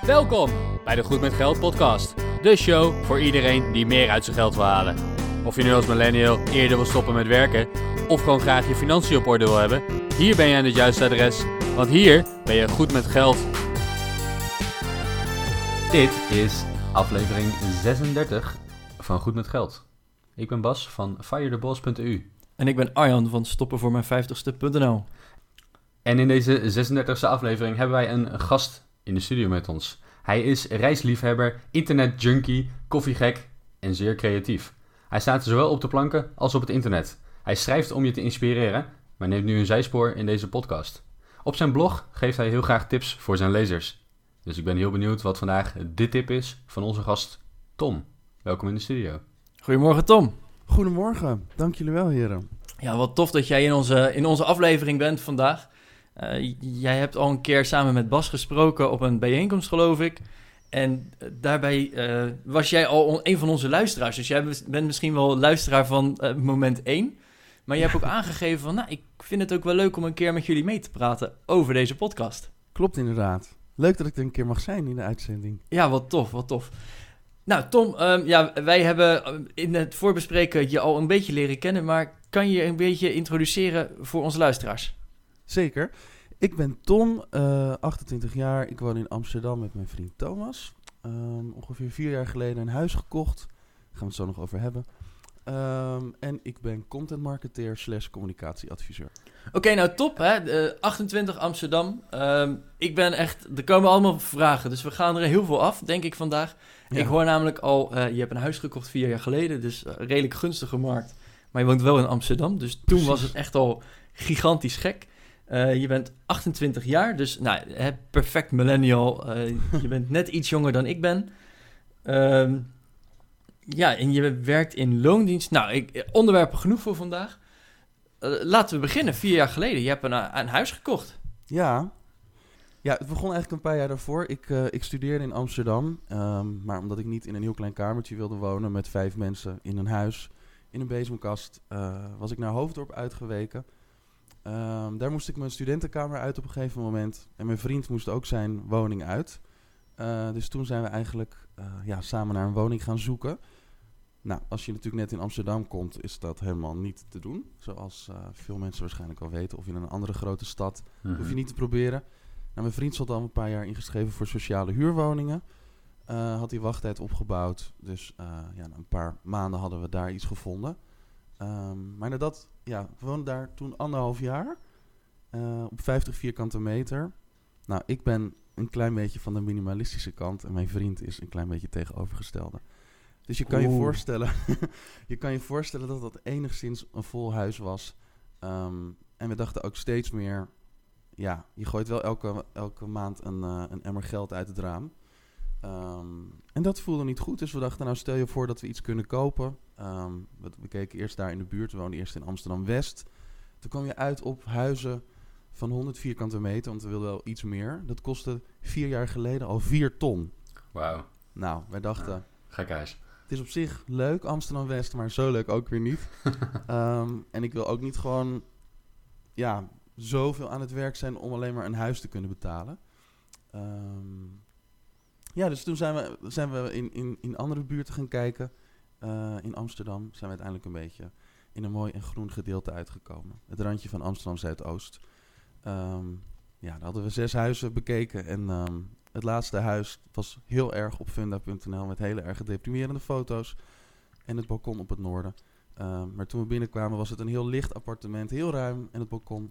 Welkom bij de Goed met Geld podcast. De show voor iedereen die meer uit zijn geld wil halen. Of je nu als millennial eerder wil stoppen met werken of gewoon graag je financiën op orde wil hebben. Hier ben je aan het juiste adres, want hier ben je goed met geld. Dit is aflevering 36 van Goed met Geld. Ik ben Bas van firetheboss.eu. En ik ben Arjan van stoppenvoormijn50ste.nl. En in deze 36e aflevering hebben wij een gast in de studio met ons. Hij is reisliefhebber, internetjunkie, koffiegek en zeer creatief. Hij staat zowel op de planken als op het internet. Hij schrijft om je te inspireren, maar neemt nu een zijspoor in deze podcast. Op zijn blog geeft hij heel graag tips voor zijn lezers. Dus ik ben heel benieuwd wat vandaag de tip is van onze gast Tom. Welkom in de studio. Goedemorgen Tom. Goedemorgen, dank jullie wel heren. Ja, wat tof dat jij in onze aflevering bent vandaag. Jij hebt al een keer samen met Bas gesproken op een bijeenkomst, geloof ik. En daarbij was jij al een van onze luisteraars. Dus jij bent misschien wel luisteraar van moment 1. Maar je hebt ook aangegeven van, ik vind het ook wel leuk om een keer met jullie mee te praten over deze podcast. Klopt inderdaad. Leuk dat ik er een keer mag zijn in de uitzending. Ja, wat tof, wat tof. Nou Tom, wij hebben in het voorbespreken je al een beetje leren kennen. Maar kan je een beetje introduceren voor onze luisteraars? Zeker. Ik ben Tom, 28 jaar. Ik woon in Amsterdam met mijn vriend Thomas. Ongeveer 4 jaar geleden een huis gekocht. Daar gaan we het zo nog over hebben. En ik ben content marketeer / communicatieadviseur. Oké, nou top hè. 28 Amsterdam. Er komen allemaal vragen, dus we gaan er heel veel af, denk ik vandaag. Ja. Ik hoor namelijk al, je hebt een huis gekocht 4 jaar geleden, dus redelijk gunstige markt. Maar je woont wel in Amsterdam, dus toen was het echt al gigantisch gek. Je bent 28 jaar, dus perfect millennial. Je bent net iets jonger dan ik ben. En je werkt in loondienst. Onderwerpen genoeg voor vandaag. Laten we beginnen. 4 jaar geleden. Je hebt een huis gekocht. Ja, het begon eigenlijk een paar jaar daarvoor. Ik studeerde in Amsterdam. Maar omdat ik niet in een heel klein kamertje wilde wonen met 5 mensen in een huis, in een bezemkast, was ik naar Hoofddorp uitgeweken. Daar moest ik mijn studentenkamer uit op een gegeven moment. En mijn vriend moest ook zijn woning uit. Dus toen zijn we eigenlijk samen naar een woning gaan zoeken. Nou, als je natuurlijk net in Amsterdam komt, is dat helemaal niet te doen. Zoals veel mensen waarschijnlijk al weten. Of in een andere grote stad, hoef je niet te proberen. Nou, mijn vriend zat al een paar jaar ingeschreven voor sociale huurwoningen. Had die wachttijd opgebouwd. Dus na een paar maanden hadden we daar iets gevonden. Maar nadat, we woonden daar toen 1,5 jaar. Op 50 vierkante meter. Nou, ik ben een klein beetje van de minimalistische kant. En mijn vriend is een klein beetje tegenovergestelde. Dus je kan je voorstellen dat dat enigszins een vol huis was. En we dachten ook steeds meer, je gooit wel elke maand een emmer geld uit het raam. En dat voelde niet goed. Dus we dachten, stel je voor dat we iets kunnen kopen. We keken eerst daar in de buurt. We woonden eerst in Amsterdam-West. Toen kwam je uit op huizen van 100 vierkante meter, want we wilden wel iets meer. Dat kostte 4 jaar geleden al 4 ton. Wauw. Nou, wij dachten, gek huis. Het is op zich leuk, Amsterdam-West, maar zo leuk ook weer niet. En ik wil ook niet gewoon zoveel aan het werk zijn om alleen maar een huis te kunnen betalen. Dus toen zijn we in andere buurten gaan kijken. In Amsterdam zijn we uiteindelijk een beetje in een mooi en groen gedeelte uitgekomen. Het randje van Amsterdam-Zuidoost. Daar hadden we 6 huizen bekeken. En het laatste huis was heel erg op funda.nl met hele erg gedeprimerende foto's. En het balkon op het noorden. Maar toen we binnenkwamen was het een heel licht appartement, heel ruim. En het balkon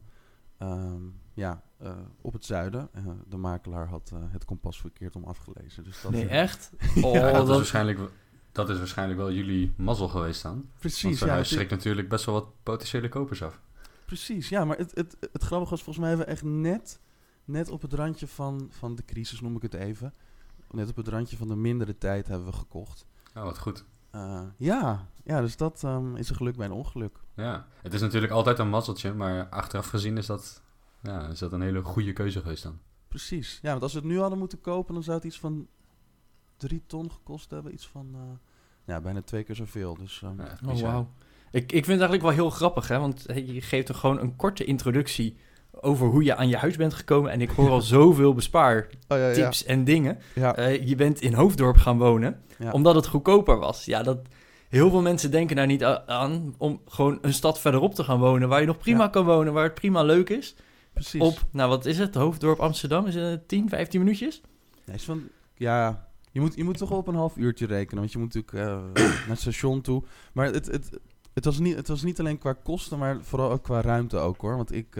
op het zuiden. De makelaar had het kompas verkeerd om afgelezen. Dus dat echt? Dat is waarschijnlijk wel jullie mazzel geweest dan. Precies. Want zo'n huis schrikt natuurlijk best wel wat potentiële kopers af. Precies, ja. Maar het grappige was, volgens mij hebben we echt net op het randje van de crisis, noem ik het even. Net op het randje van de mindere tijd hebben we gekocht. Oh, wat goed. Dus dat is een geluk bij een ongeluk. Ja, het is natuurlijk altijd een mazzeltje, maar achteraf gezien is dat een hele goede keuze geweest dan. Precies, ja, want als we het nu hadden moeten kopen, dan zou het iets van 3 ton gekost hebben. Iets van bijna 2 keer zoveel. Dus, wauw. Ik vind het eigenlijk wel heel grappig, hè? Want je geeft er gewoon een korte introductie over hoe je aan je huis bent gekomen. En ik hoor al zoveel bespaartips en dingen. Ja. Je bent in Hoofddorp gaan wonen, Ja. omdat het goedkoper was. Ja, heel veel mensen denken daar niet aan om gewoon een stad verderop te gaan wonen, waar je nog prima kan wonen, waar het prima leuk is. Precies. Op, nou wat is het, Hoofddorp Amsterdam, is het 10, 15 minuutjes? Nee, je moet toch wel op een half uurtje rekenen, want je moet natuurlijk naar het station toe. Maar het was niet alleen qua kosten, maar vooral ook qua ruimte ook hoor. Want ik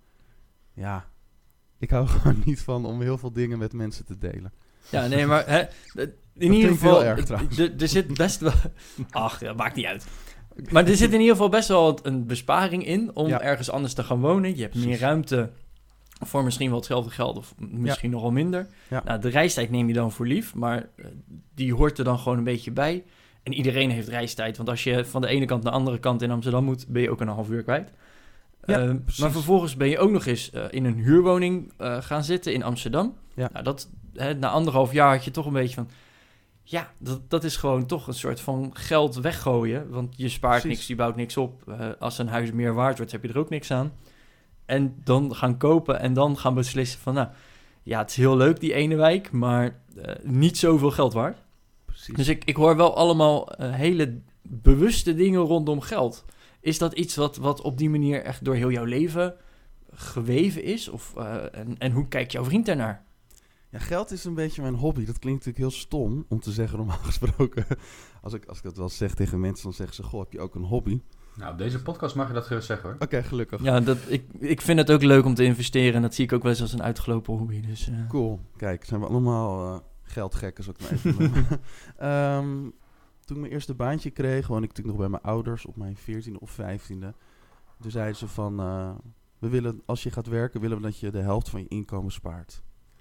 hou gewoon niet van om heel veel dingen met mensen te delen. Ja, nee, maar in ieder geval, heel erg, trouwens. er zit best wel... Ach, dat maakt niet uit. Maar er zit in ieder geval best wel een besparing in om ergens anders te gaan wonen. Je hebt meer ruimte voor misschien wel hetzelfde geld of misschien nog wel minder. Ja. Nou, de reistijd neem je dan voor lief, maar die hoort er dan gewoon een beetje bij. En iedereen heeft reistijd, want als je van de ene kant naar de andere kant in Amsterdam moet, ben je ook een half uur kwijt. Ja, maar vervolgens ben je ook nog eens in een huurwoning gaan zitten in Amsterdam. Ja. Nou, na 1,5 jaar had je toch een beetje van... Ja, dat is gewoon toch een soort van geld weggooien. Want je spaart niks, je bouwt niks op. Als een huis meer waard wordt, heb je er ook niks aan. En dan gaan kopen en dan gaan beslissen van... Nou, ja, het is heel leuk die ene wijk, maar niet zoveel geld waard. Precies. Dus ik hoor wel allemaal hele bewuste dingen rondom geld. Is dat iets wat op die manier echt door heel jouw leven geweven is? En hoe kijkt jouw vriend daarnaar? Ja, geld is een beetje mijn hobby. Dat klinkt natuurlijk heel stom om te zeggen, normaal gesproken. Als ik dat wel zeg tegen mensen, dan zeggen ze... Goh, heb je ook een hobby? Nou, op deze podcast mag je dat gerust zeggen hoor. Oké, gelukkig. Ja, ik vind het ook leuk om te investeren. En dat zie ik ook wel eens als een uitgelopen hobby. Dus, Cool. Kijk, zijn we allemaal geldgekken, zou ik maar even noemen. Toen ik mijn eerste baantje kreeg, woonde ik natuurlijk nog bij mijn ouders op mijn 14e of 15e. Toen zeiden ze van, we willen, als je gaat werken, willen we dat je de helft van je inkomen spaart.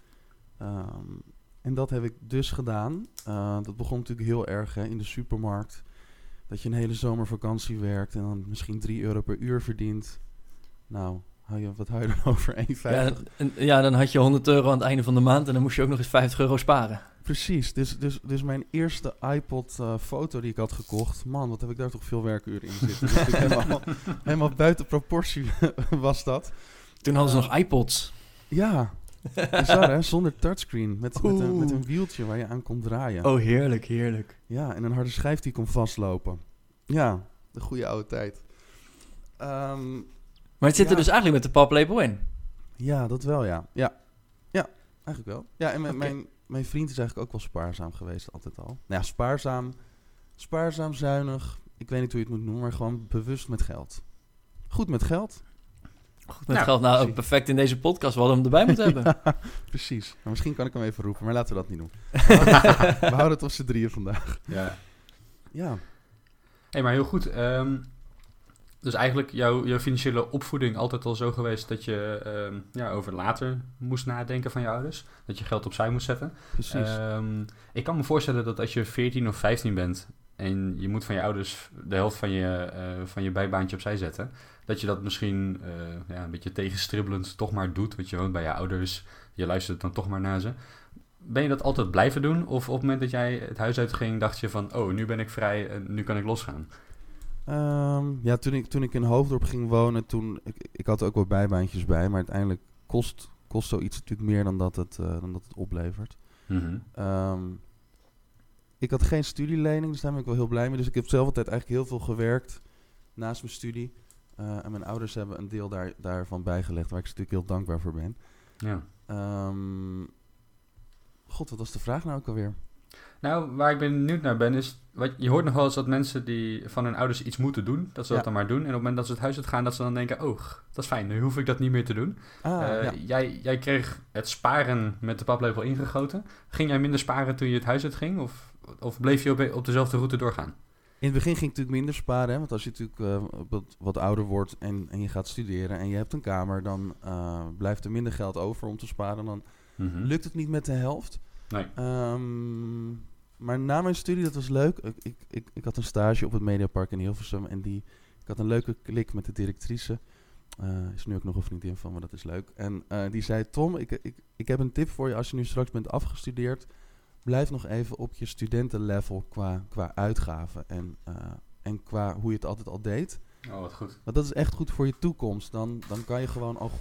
En dat heb ik dus gedaan. Dat begon natuurlijk heel erg in de supermarkt. Dat je een hele zomervakantie werkt en dan misschien €3 per uur verdient. Nou, wat hou je dan over? 1,50? Ja, dan had je €100 aan het einde van de maand en dan moest je ook nog eens €50 sparen. Precies, dus mijn eerste iPod foto die ik had gekocht... Man, wat heb ik daar toch veel werkuren in zitten. Dus helemaal buiten proportie was dat. Toen hadden ze nog iPods. Ja, bizar hè, zonder touchscreen. Met een wieltje waar je aan kon draaien. Oh, heerlijk, heerlijk. Ja, en een harde schijf die kon vastlopen. Ja, de goede oude tijd. Maar het zit er dus eigenlijk met de paplepel in. Ja, dat wel, ja. Ja, eigenlijk wel. Ja, en mijn vriend is eigenlijk ook wel spaarzaam geweest, altijd al. Nou ja, spaarzaam, zuinig. Ik weet niet hoe je het moet noemen, maar gewoon bewust met geld. Goed met geld. Goed met geld. Nou, ook perfect in deze podcast. We hadden hem erbij moeten hebben. Ja, precies. Maar misschien kan ik hem even roepen, maar laten we dat niet doen. We houden het op z'n drieën vandaag. Ja. Hey, maar heel goed. Dus eigenlijk jouw financiële opvoeding altijd al zo geweest dat je over later moest nadenken van je ouders. Dat je geld opzij moest zetten. Precies. Ik kan me voorstellen dat als je 14 of 15 bent en je moet van je ouders de helft van je bijbaantje opzij zetten, dat je dat misschien een beetje tegenstribbelend toch maar doet. Want je woont bij je ouders, je luistert dan toch maar naar ze. Ben je dat altijd blijven doen? Of op het moment dat jij het huis uitging, dacht je van, oh, nu ben ik vrij en nu kan ik losgaan? Toen ik in Hoofddorp ging wonen, ik had er ook wel bijbaantjes bij, maar uiteindelijk kost zoiets natuurlijk meer dan dat het oplevert. Mm-hmm. Ik had geen studielening, dus daar ben ik wel heel blij mee. Dus ik heb zelf altijd eigenlijk heel veel gewerkt naast mijn studie. En mijn ouders hebben een deel daarvan bijgelegd, waar ik ze natuurlijk heel dankbaar voor ben. Ja. God, wat was de vraag nou ook alweer? Nou, waar ik benieuwd naar ben is, je hoort nog wel eens dat mensen die van hun ouders iets moeten doen, dat ze dat dan maar doen. En op het moment dat ze het huis uitgaan, dat ze dan denken, oh, dat is fijn, nu hoef ik dat niet meer te doen. Jij kreeg het sparen met de paplepel ingegoten. Ging jij minder sparen toen je het huis uitging? Of bleef je op dezelfde route doorgaan? In het begin ging ik natuurlijk minder sparen, hè, want als je natuurlijk wat ouder wordt en je gaat studeren en je hebt een kamer, dan blijft er minder geld over om te sparen. Dan lukt het niet met de helft. Nee. Maar na mijn studie, dat was leuk. Ik had een stage op het Mediapark in Hilversum en ik had een leuke klik met de directrice. Is nu ook nog een vriendin van me, dat is leuk. En die zei, Tom, ik heb een tip voor je als je nu straks bent afgestudeerd. Blijf nog even op je studentenlevel qua uitgaven en qua hoe je het altijd al deed. Oh, wat goed. Want dat is echt goed voor je toekomst. Dan kan je gewoon al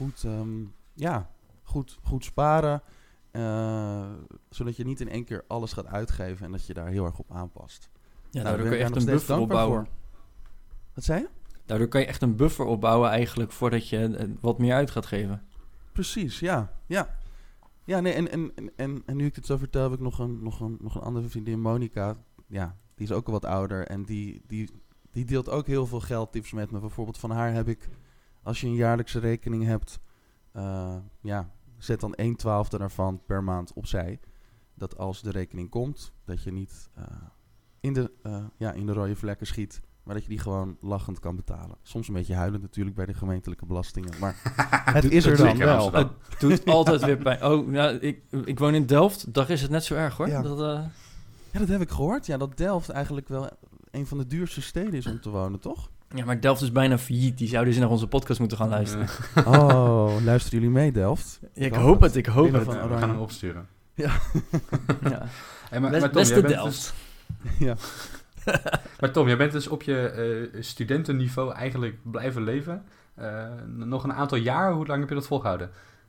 goed sparen. Zodat je niet in één keer alles gaat uitgeven en dat je daar heel erg op aanpast. Ja, Nou, daardoor daar kun je ben echt ik een nog steeds buffer dankbaar opbouwen. voor. Wat zei je? Daardoor kan je echt een buffer opbouwen eigenlijk voordat je wat meer uit gaat geven. Precies, ja. Ja, nee, en nu ik dit zo vertel, heb ik nog een andere vriendin, Monica. Ja, die is ook al wat ouder en die deelt ook heel veel geldtips met me. Bijvoorbeeld van haar heb ik, als je een jaarlijkse rekening hebt, zet dan 1/12 daarvan per maand opzij. Dat als de rekening komt, dat je niet in de rode vlekken schiet, maar dat je die gewoon lachend kan betalen. Soms een beetje huilend natuurlijk bij de gemeentelijke belastingen, maar het is er dan zeker wel. Amsterdam. Het doet altijd weer pijn. Oh, nou, ik woon in Delft. Daar is het net zo erg, hoor. Ja. Dat, Ja, dat heb ik gehoord. Ja, dat Delft eigenlijk wel een van de duurste steden is om te wonen, toch? ja, maar Delft is bijna failliet. Die zouden eens naar onze podcast moeten gaan luisteren. Oh, luisteren jullie mee, Delft? Ja, ik hoop het. Winnen van We Oranje. gaan hem opsturen. Ja. Hey, maar Tom, Beste jij bent Delft. Ja. Maar Tom, jij bent dus op je studentenniveau eigenlijk blijven leven. Nog een aantal jaar, hoe lang heb je dat volgehouden?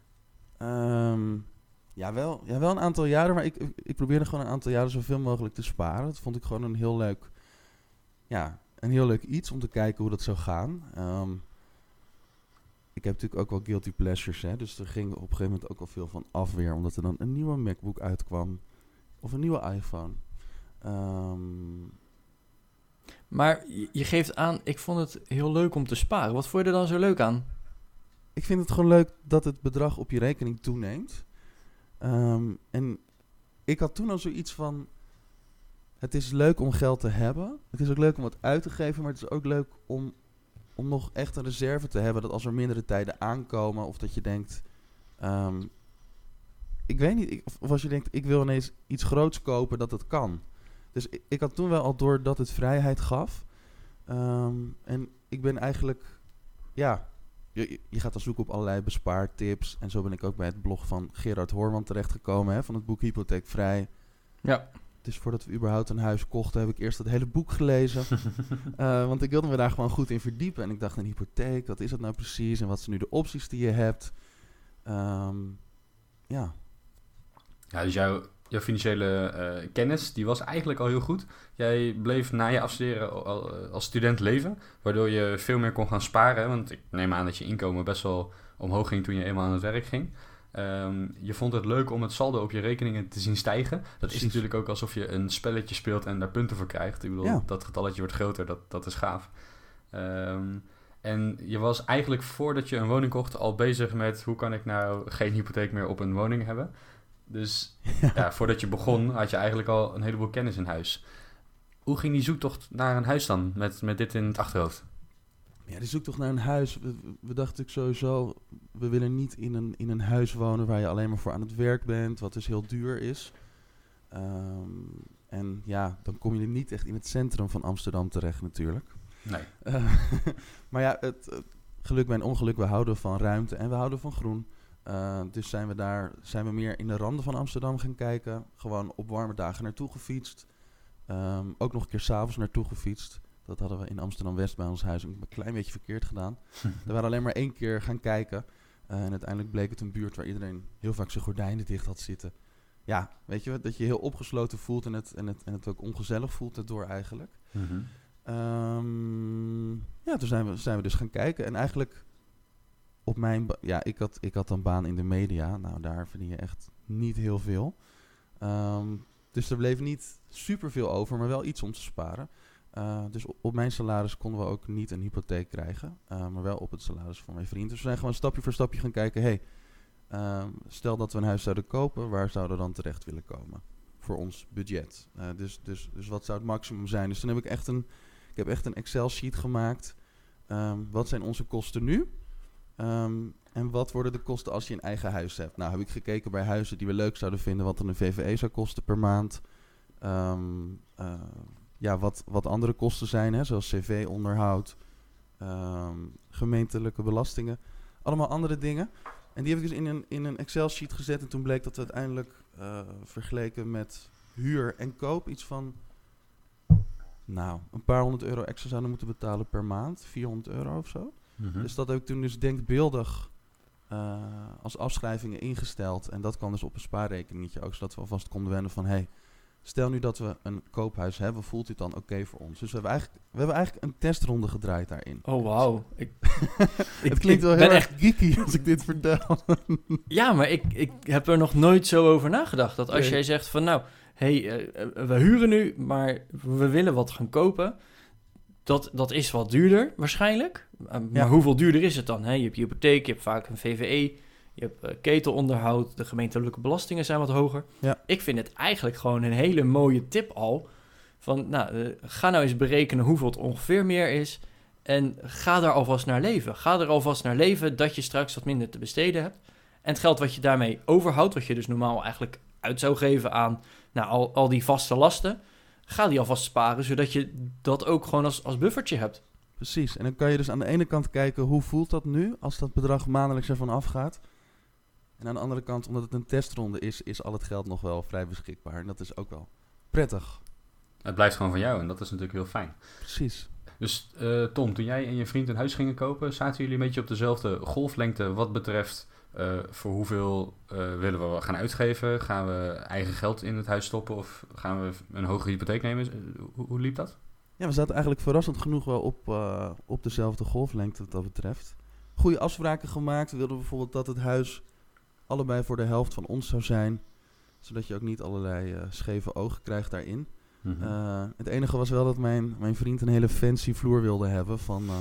Wel een aantal jaren, maar ik probeerde gewoon een aantal jaren zoveel mogelijk te sparen. Dat vond ik gewoon een heel leuk iets om te kijken hoe dat zou gaan. Ik heb natuurlijk ook wel guilty pleasures, hè, dus er ging op een gegeven moment ook al veel van af weer, omdat er dan een nieuwe MacBook uitkwam of een nieuwe iPhone. Maar je geeft aan, ik vond het heel leuk om te sparen. Wat vond je er dan zo leuk aan? Ik vind het gewoon leuk dat het bedrag op je rekening toeneemt. En ik had toen al zoiets van, het is leuk om geld te hebben. Het is ook leuk om het uit te geven, maar het is ook leuk om nog echt een reserve te hebben. Dat als er mindere tijden aankomen of dat je denkt, ik weet niet, of als je denkt, ik wil ineens iets groots kopen, dat het kan. Dus ik had toen wel al door dat het vrijheid gaf. En ik ben eigenlijk, ja, je gaat dan zoeken op allerlei bespaartips. En zo ben ik ook bij het blog van Gerard Hoorman terechtgekomen, hè, van het boek Hypotheekvrij. Ja. Dus voordat we überhaupt een huis kochten, heb ik eerst dat hele boek gelezen. Want ik wilde me daar gewoon goed in verdiepen. En ik dacht, een hypotheek, wat is dat nou precies? En wat zijn nu de opties die je hebt? Ja. Ja, dus jouw financiële kennis, die was eigenlijk al heel goed. Jij bleef na je afstuderen als student leven, waardoor je veel meer kon gaan sparen. Want ik neem aan dat je inkomen best wel omhoog ging toen je eenmaal aan het werk ging. Je vond het leuk om het saldo op je rekeningen te zien stijgen. Dat Precies. is natuurlijk ook alsof je een spelletje speelt en daar punten voor krijgt. Ik bedoel, Ja. dat getalletje wordt groter, dat is gaaf. En je was eigenlijk voordat je een woning kocht al bezig met hoe kan ik nou geen hypotheek meer op een woning hebben. Dus ja, voordat je begon had je eigenlijk al een heleboel kennis in huis. Hoe ging die zoektocht naar een huis dan, met dit in het achterhoofd? Ja, die zoektocht naar een huis. We dachten sowieso, we willen niet in een huis wonen waar je alleen maar voor aan het werk bent, wat dus heel duur is. En ja, dan kom je niet echt in het centrum van Amsterdam terecht natuurlijk. Nee. Maar ja, het geluk bij een ongeluk, we houden van ruimte en we houden van groen. Dus zijn we meer in de randen van Amsterdam gaan kijken. Gewoon op warme dagen naartoe gefietst. Ook nog een keer 's avonds naartoe gefietst. Dat hadden we in Amsterdam-West bij ons huis een klein beetje verkeerd gedaan. We waren alleen maar 1 keer gaan kijken. En uiteindelijk bleek het een buurt waar iedereen heel vaak zijn gordijnen dicht had zitten. Ja, weet je, dat je heel opgesloten voelt en het ook ongezellig voelt daardoor eigenlijk. Mm-hmm. Ja, toen zijn we dus gaan kijken. En eigenlijk op mijn... ik had een baan in de media. Nou, daar verdien je echt niet heel veel. Dus er bleef niet superveel over, maar wel iets om te sparen. Dus op mijn salaris konden we ook niet een hypotheek krijgen. Maar wel op het salaris van mijn vriend. Dus we zijn gewoon stapje voor stapje gaan kijken. Stel dat we een huis zouden kopen, waar zouden we dan terecht willen komen? Voor ons budget. Dus wat zou het maximum zijn? Dus toen heb ik echt een Excel-sheet gemaakt. Wat zijn onze kosten nu? En wat worden de kosten als je een eigen huis hebt? Nou, heb ik gekeken bij huizen die we leuk zouden vinden, wat dan een VVE zou kosten per maand. Wat andere kosten zijn, hè, zoals cv-onderhoud, gemeentelijke belastingen. Allemaal andere dingen. En die heb ik dus in een Excel-sheet gezet. En toen bleek dat we uiteindelijk vergeleken met huur en koop iets van nou, een paar €100 extra zouden moeten betalen per maand. €400 of zo. Dus dat heb ik toen dus denkbeeldig als afschrijvingen ingesteld. En dat kwam dus op een spaarrekeningetje ook, zodat we alvast konden wennen van... Hey, stel nu dat we een koophuis hebben, voelt dit dan oké voor ons? Dus we hebben eigenlijk een testronde gedraaid daarin. Oh, wauw. Het klinkt wel heel erg geeky als ik dit vertel. Ja, maar ik heb er nog nooit zo over nagedacht. Dat als jij zegt van nou, we huren nu, maar we willen wat gaan kopen. Dat is wat duurder waarschijnlijk. Maar hoeveel duurder is het dan? Hè? Je hebt je hypotheek, je hebt vaak een VVE, je hebt ketelonderhoud, de gemeentelijke belastingen zijn wat hoger. Ja. Ik vind het eigenlijk gewoon een hele mooie tip al. Van, ga nou eens berekenen hoeveel het ongeveer meer is. En ga daar alvast naar leven. Ga er alvast naar leven dat je straks wat minder te besteden hebt. En het geld wat je daarmee overhoudt, wat je dus normaal eigenlijk uit zou geven aan al die vaste lasten, ga die alvast sparen, zodat je dat ook gewoon als buffertje hebt. Precies. En dan kan je dus aan de ene kant kijken, hoe voelt dat nu als dat bedrag maandelijks ervan afgaat? En aan de andere kant, omdat het een testronde is al het geld nog wel vrij beschikbaar. En dat is ook wel prettig. Het blijft gewoon van jou en dat is natuurlijk heel fijn. Precies. Dus Tom, toen jij en je vriend een huis gingen kopen, zaten jullie een beetje op dezelfde golflengte wat betreft voor hoeveel willen we gaan uitgeven? Gaan we eigen geld in het huis stoppen of gaan we een hogere hypotheek nemen? Hoe liep dat? Ja, we zaten eigenlijk verrassend genoeg wel op dezelfde golflengte wat dat betreft. Goede afspraken gemaakt. We wilden bijvoorbeeld dat het huis allebei voor de helft van ons zou zijn, zodat je ook niet allerlei scheve ogen krijgt daarin. Mm-hmm. Het enige was wel dat mijn vriend een hele fancy vloer wilde hebben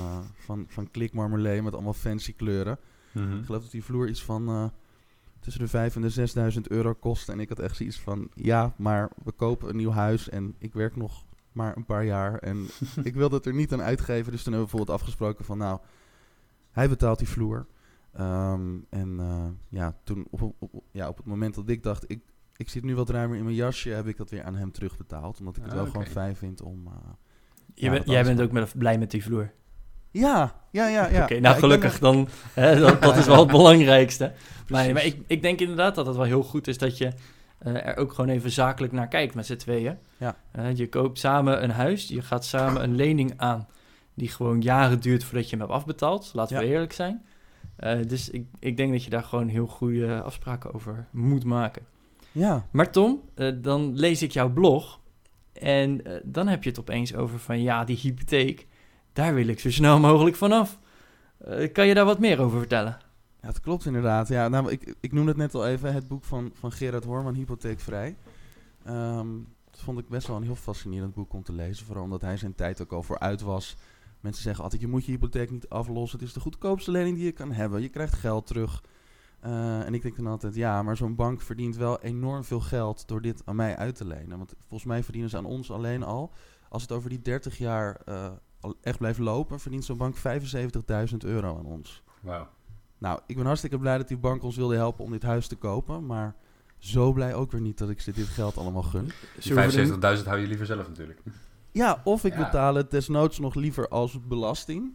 van klik marmolee met allemaal fancy kleuren. Mm-hmm. Ik geloof dat die vloer iets van tussen de 5.000 en 6.000 euro kost. En ik had echt zoiets van, ja, maar we kopen een nieuw huis en ik werk nog maar een paar jaar. En ik wilde het er niet aan uitgeven. Dus toen hebben we bijvoorbeeld afgesproken van, nou, hij betaalt die vloer. Toen op het moment dat ik dacht, ik zit nu wat ruimer in mijn jasje, heb ik dat weer aan hem terugbetaald. Omdat ik het wel gewoon fijn vind om... Jij bent ook blij met die vloer? Ja. Oké, nou gelukkig, dan, dat is wel het belangrijkste. Maar ik denk inderdaad dat het wel heel goed is dat je er ook gewoon even zakelijk naar kijkt met z'n tweeën. Ja. Je koopt samen een huis, je gaat samen een lening aan die gewoon jaren duurt voordat je hem hebt afbetaald. Laten we eerlijk zijn. Dus ik denk dat je daar gewoon heel goede afspraken over moet maken. Ja. Maar Tom, dan lees ik jouw blog en dan heb je het opeens over van die hypotheek, daar wil ik zo snel mogelijk vanaf. Kan je daar wat meer over vertellen? Ja, dat klopt inderdaad. Ja, nou, ik noemde het net al even, het boek van Gerard Horman, Hypotheekvrij. Dat vond ik best wel een heel fascinerend boek om te lezen, vooral omdat hij zijn tijd ook al vooruit was. Mensen zeggen altijd, je moet je hypotheek niet aflossen. Het is de goedkoopste lening die je kan hebben. Je krijgt geld terug. En ik denk dan altijd, ja, maar zo'n bank verdient wel enorm veel geld door dit aan mij uit te lenen. Want volgens mij verdienen ze aan ons alleen al, als het over die 30 jaar echt blijft lopen, verdient zo'n bank €75.000 aan ons. Wauw. Nou, ik ben hartstikke blij dat die bank ons wilde helpen om dit huis te kopen, maar zo blij ook weer niet dat ik ze dit geld allemaal gun. Die €75.000 hou je liever zelf natuurlijk. Ja, of ik betaal het desnoods nog liever als belasting.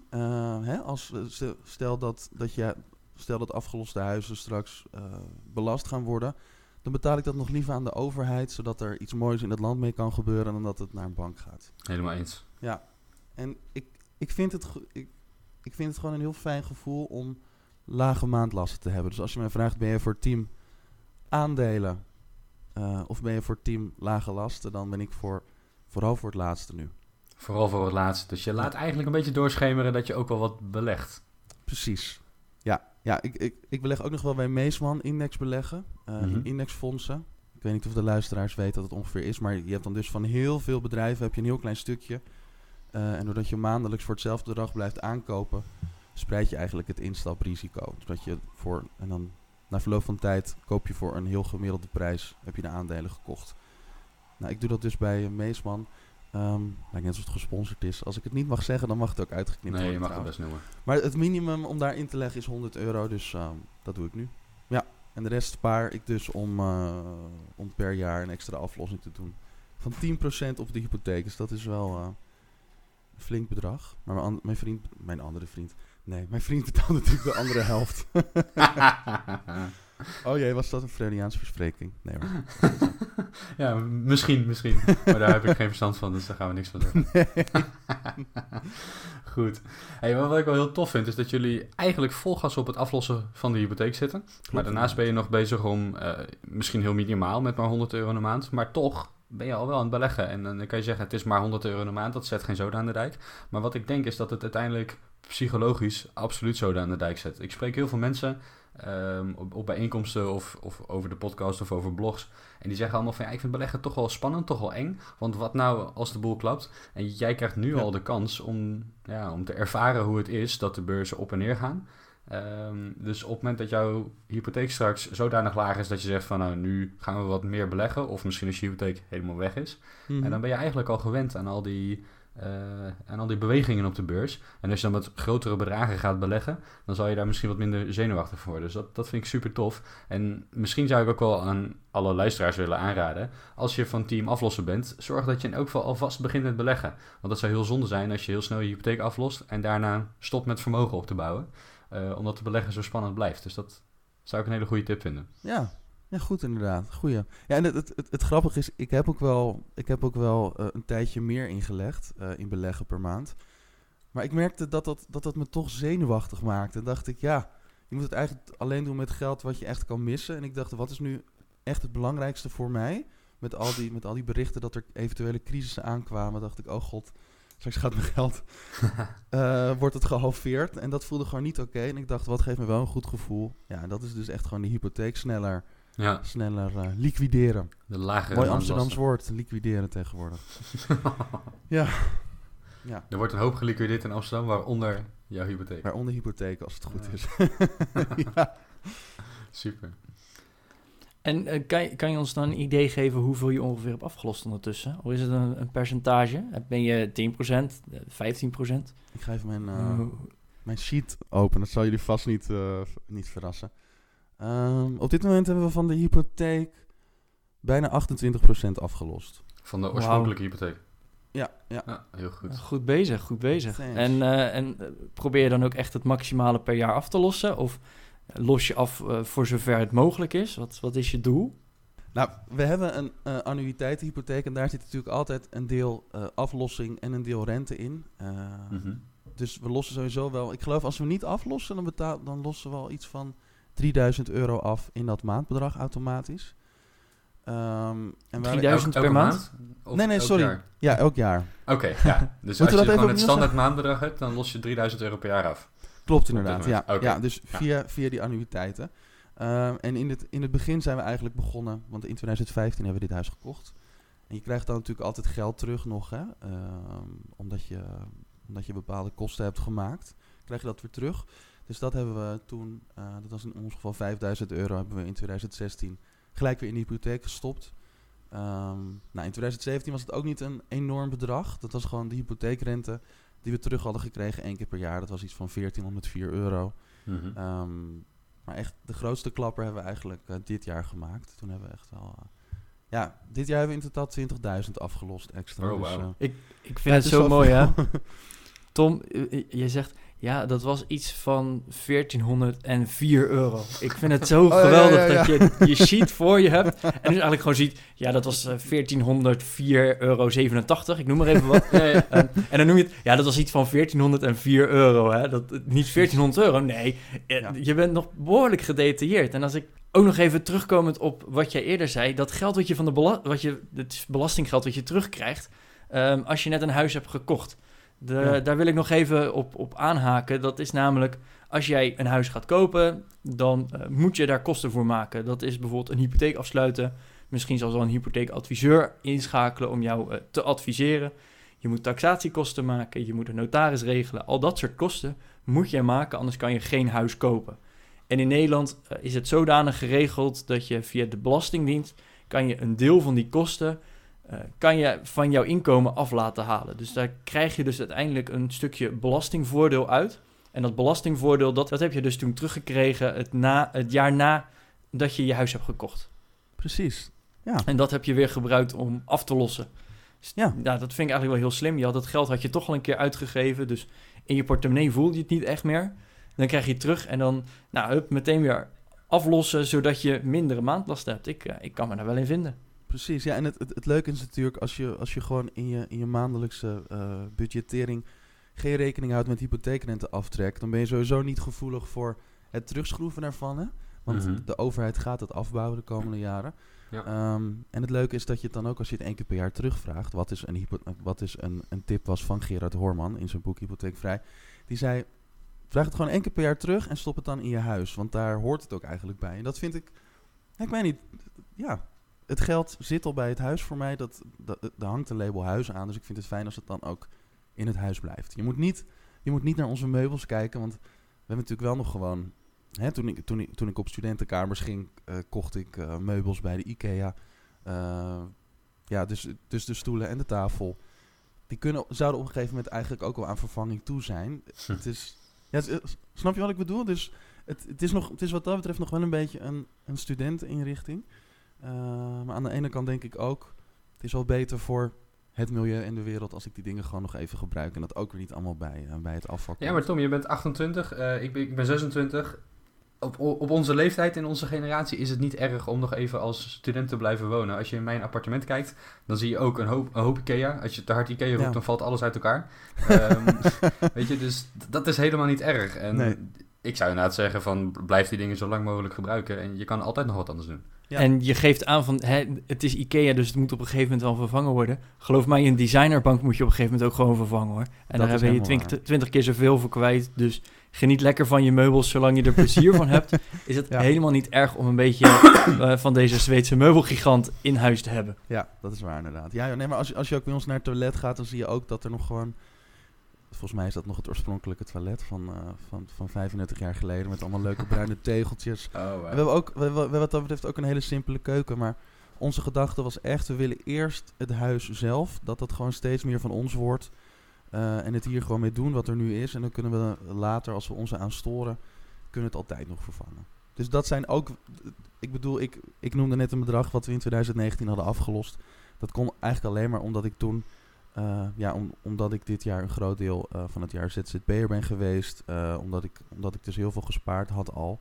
Stel dat afgeloste huizen straks belast gaan worden, dan betaal ik dat nog liever aan de overheid, zodat er iets moois in het land mee kan gebeuren dan dat het naar een bank gaat. Helemaal eens. Ja, en ik vind het gewoon een heel fijn gevoel om lage maandlasten te hebben. Dus als je mij vraagt, ben je voor team aandelen of ben je voor team lage lasten, dan ben ik vooral voor het laatste nu. Vooral voor het laatste. Dus je laat eigenlijk een beetje doorschemeren dat je ook wel wat belegt. Precies. Ja, ik beleg ook nog wel bij Meesman index beleggen. In indexfondsen. Ik weet niet of de luisteraars weten dat het ongeveer is, maar je hebt dan dus van heel veel bedrijven heb je een heel klein stukje. En doordat je maandelijks voor hetzelfde bedrag blijft aankopen, spreid je eigenlijk het instaprisico. Zodat je en dan na verloop van tijd koop je voor een heel gemiddelde prijs, heb je de aandelen gekocht. Nou, ik doe dat dus bij Meesman. Lijkt net alsof het gesponsord is. Als ik het niet mag zeggen, dan mag het ook uitgeknipt worden. Nee, je mag het best noemen. Maar het minimum om daarin te leggen is €100, dus dat doe ik nu. Ja, en de rest spaar ik dus om per jaar een extra aflossing te doen. Van 10% op de hypotheek, dus dat is wel een flink bedrag. Maar mijn vriend betaalt natuurlijk de andere helft. Oh jee, was dat een Freudiaanse verspreking? Nee hoor. Ja, misschien. Maar daar heb ik geen verstand van, dus daar gaan we niks van doen. Goed. Hey, maar wat ik wel heel tof vind, is dat jullie eigenlijk vol gas op het aflossen van de hypotheek zitten. Maar daarnaast ben je nog bezig om, misschien heel minimaal, met maar €100 een maand. Maar toch ben je al wel aan het beleggen. En dan kan je zeggen, het is maar €100 een maand, dat zet geen zoden aan de dijk. Maar wat ik denk is dat het uiteindelijk psychologisch absoluut zoden aan de dijk zet. Ik spreek heel veel mensen op bijeenkomsten of over de podcast of over blogs. En die zeggen allemaal van, ja, ik vind beleggen toch wel spannend, toch wel eng. Want wat nou als de boel klapt? En jij krijgt nu al de kans om te ervaren hoe het is dat de beurzen op en neer gaan. Dus op het moment dat jouw hypotheek straks zodanig laag is dat je zegt van, nou, nu gaan we wat meer beleggen. Of misschien als je hypotheek helemaal weg is. Mhm. En dan ben je eigenlijk al gewend aan al die bewegingen op de beurs. En als je dan met grotere bedragen gaat beleggen, dan zal je daar misschien wat minder zenuwachtig voor worden. Dus dat vind ik super tof. En misschien zou ik ook wel aan alle luisteraars willen aanraden, als je van team aflossen bent, zorg dat je in elk geval alvast begint met beleggen. Want dat zou heel zonde zijn als je heel snel je hypotheek aflost en daarna stopt met vermogen op te bouwen. Omdat de beleggen zo spannend blijft. Dus dat zou ik een hele goede tip vinden. Ja, goed inderdaad. Goeie. Ja, en het grappige is, ik heb ook wel een tijdje meer ingelegd in beleggen per maand. Maar ik merkte dat me toch zenuwachtig maakte. En dacht ik, ja, je moet het eigenlijk alleen doen met geld wat je echt kan missen. En ik dacht, wat is nu echt het belangrijkste voor mij? Met al die berichten dat er eventuele crisissen aankwamen, dacht ik, oh god, straks gaat mijn geld, wordt het gehalveerd. En dat voelde gewoon niet oké. En ik dacht, wat geeft me wel een goed gevoel? Ja, en dat is dus echt gewoon die hypotheek sneller liquideren. De lagere Mooi Amsterdams woord, liquideren tegenwoordig. Ja. Er wordt een hoop geliquideerd in Amsterdam, waaronder jouw hypotheek. Waaronder hypotheek, als het goed is. Ja. Super. En kan je ons dan een idee geven hoeveel je ongeveer hebt afgelost ondertussen? Of is het een percentage? Ben je 10%, 15%? Ik ga even mijn sheet open. Dat zal jullie vast niet verrassen. Op dit moment hebben we van de hypotheek bijna 28% afgelost. Van de oorspronkelijke hypotheek? Ja. Heel goed. Goed bezig. Thanks. En probeer je dan ook echt het maximale per jaar af te lossen? Of los je af voor zover het mogelijk is? Wat is je doel? Nou, we hebben een annuïteitenhypotheek en daar zit natuurlijk altijd een deel aflossing en een deel rente in. Dus we lossen sowieso wel. Ik geloof als we niet aflossen, dan lossen we al iets van €3000 af in dat maandbedrag automatisch. En 3000 per maand? Nee, sorry. Jaar? Ja, elk jaar. Oké, ja. Dus als je gewoon het standaard maandbedrag hebt, dan los je €3000 per jaar af. Klopt inderdaad, ja. Okay. Ja, dus via die annuïteiten. En in het begin zijn we eigenlijk begonnen, want in 2015 hebben we dit huis gekocht. En je krijgt dan natuurlijk altijd geld terug nog, hè. Omdat je bepaalde kosten hebt gemaakt, krijg je dat weer terug. Dus dat hebben we toen, dat was in ons geval €5000, hebben we in 2016 gelijk weer in de hypotheek gestopt. In 2017 was het ook niet een enorm bedrag. Dat was gewoon de hypotheekrente die we terug hadden gekregen 1 keer per jaar. Dat was iets van €1404. Maar echt de grootste klapper hebben we eigenlijk dit jaar gemaakt. Toen hebben we echt wel... dit jaar hebben we in totaal 20.000 afgelost extra. Oh, wow. Dus, ik vind het zo mooi, hè? Tom, je zegt... Ja, dat was iets van €1404. Ik vind het zo geweldig dat je je sheet voor je hebt. En dus eigenlijk gewoon ziet, ja, dat was €1404,87. Ik noem maar even wat. En dan noem je het, ja, dat was iets van €1404. Hè? Niet €1400. Nee, je bent nog behoorlijk gedetailleerd. En als ik ook nog even terugkomend op wat jij eerder zei, dat geld wat je van het belastinggeld wat je terugkrijgt, als je net een huis hebt gekocht. Daar wil ik nog even op aanhaken. Dat is namelijk, als jij een huis gaat kopen, dan moet je daar kosten voor maken. Dat is bijvoorbeeld een hypotheek afsluiten. Misschien zelfs wel een hypotheekadviseur inschakelen om jou te adviseren. Je moet taxatiekosten maken, je moet een notaris regelen. Al dat soort kosten moet je maken, anders kan je geen huis kopen. En in Nederland is het zodanig geregeld dat je via de Belastingdienst kan je een deel van die kosten kan je van jouw inkomen af laten halen. Dus daar krijg je dus uiteindelijk een stukje belastingvoordeel uit. En dat belastingvoordeel, dat heb je dus toen teruggekregen het jaar na dat je je huis hebt gekocht. Precies, ja. En dat heb je weer gebruikt om af te lossen. Ja. Dat vind ik eigenlijk wel heel slim. Dat geld had je toch al een keer uitgegeven, dus in je portemonnee voelde je het niet echt meer. Dan krijg je het terug en dan meteen weer aflossen, zodat je mindere maandlast hebt. Ik kan me daar wel in vinden. Precies, ja, en het leuke is natuurlijk als je gewoon in je maandelijkse budgettering geen rekening houdt met hypotheekrenteaftrek, dan ben je sowieso niet gevoelig voor het terugschroeven daarvan, hè? Want de overheid gaat het afbouwen de komende jaren. Ja. En het leuke is dat je het dan ook, als je het 1 keer per jaar terugvraagt, wat is een tip was van Gerard Horman in zijn boek Hypotheekvrij, die zei, vraag het gewoon 1 keer per jaar terug en stop het dan in je huis, want daar hoort het ook eigenlijk bij. En dat vind ik weet niet, ja, het geld zit al bij het huis voor mij, daar hangt een label huis aan, dus ik vind het fijn als het dan ook in het huis blijft. Je moet niet naar onze meubels kijken, want we hebben natuurlijk wel nog gewoon, hè, toen ik op studentenkamers ging, kocht ik meubels bij de IKEA. Dus de stoelen en de tafel, die zouden op een gegeven moment eigenlijk ook wel aan vervanging toe zijn. Het is, snap je wat ik bedoel? Dus het is wat dat betreft nog wel een beetje een studenteninrichting. Maar aan de ene kant denk ik ook, het is wel beter voor het milieu en de wereld als ik die dingen gewoon nog even gebruik. En dat ook weer niet allemaal bij het afval komt. Ja, maar Tom, je bent 28, ik ben 26. Op onze leeftijd in onze generatie is het niet erg om nog even als student te blijven wonen. Als je in mijn appartement kijkt, dan zie je ook een hoop IKEA. Als je te hard IKEA roept, dan valt alles uit elkaar. Weet je, dus dat is helemaal niet erg. En nee. Ik zou inderdaad zeggen van, blijf die dingen zo lang mogelijk gebruiken. En je kan altijd nog wat anders doen. Ja. En je geeft aan van, het is IKEA, dus het moet op een gegeven moment wel vervangen worden. Geloof mij, een designerbank moet je op een gegeven moment ook gewoon vervangen, hoor. En daar heb je 20 keer zoveel voor kwijt. Dus geniet lekker van je meubels, zolang je er plezier van hebt. Is het helemaal niet erg om een beetje van deze Zweedse meubelgigant in huis te hebben. Ja, dat is waar inderdaad. Ja, nee, maar als je ook bij ons naar het toilet gaat, dan zie je ook dat er nog gewoon... Volgens mij is dat nog het oorspronkelijke toilet van 35 jaar geleden. Met allemaal leuke bruine tegeltjes. Oh, wow. We hebben wat dat betreft ook een hele simpele keuken. Maar onze gedachte was echt, we willen eerst het huis zelf. Dat gewoon steeds meer van ons wordt. En het hier gewoon mee doen wat er nu is. En dan kunnen we later, als we ons aan storen, kunnen we het altijd nog vervangen. Dus dat zijn ook... Ik bedoel, ik noemde net een bedrag wat we in 2019 hadden afgelost. Dat kon eigenlijk alleen maar omdat ik toen... omdat ik dit jaar een groot deel van het jaar ZZP'er ben geweest. Omdat ik dus heel veel gespaard had al.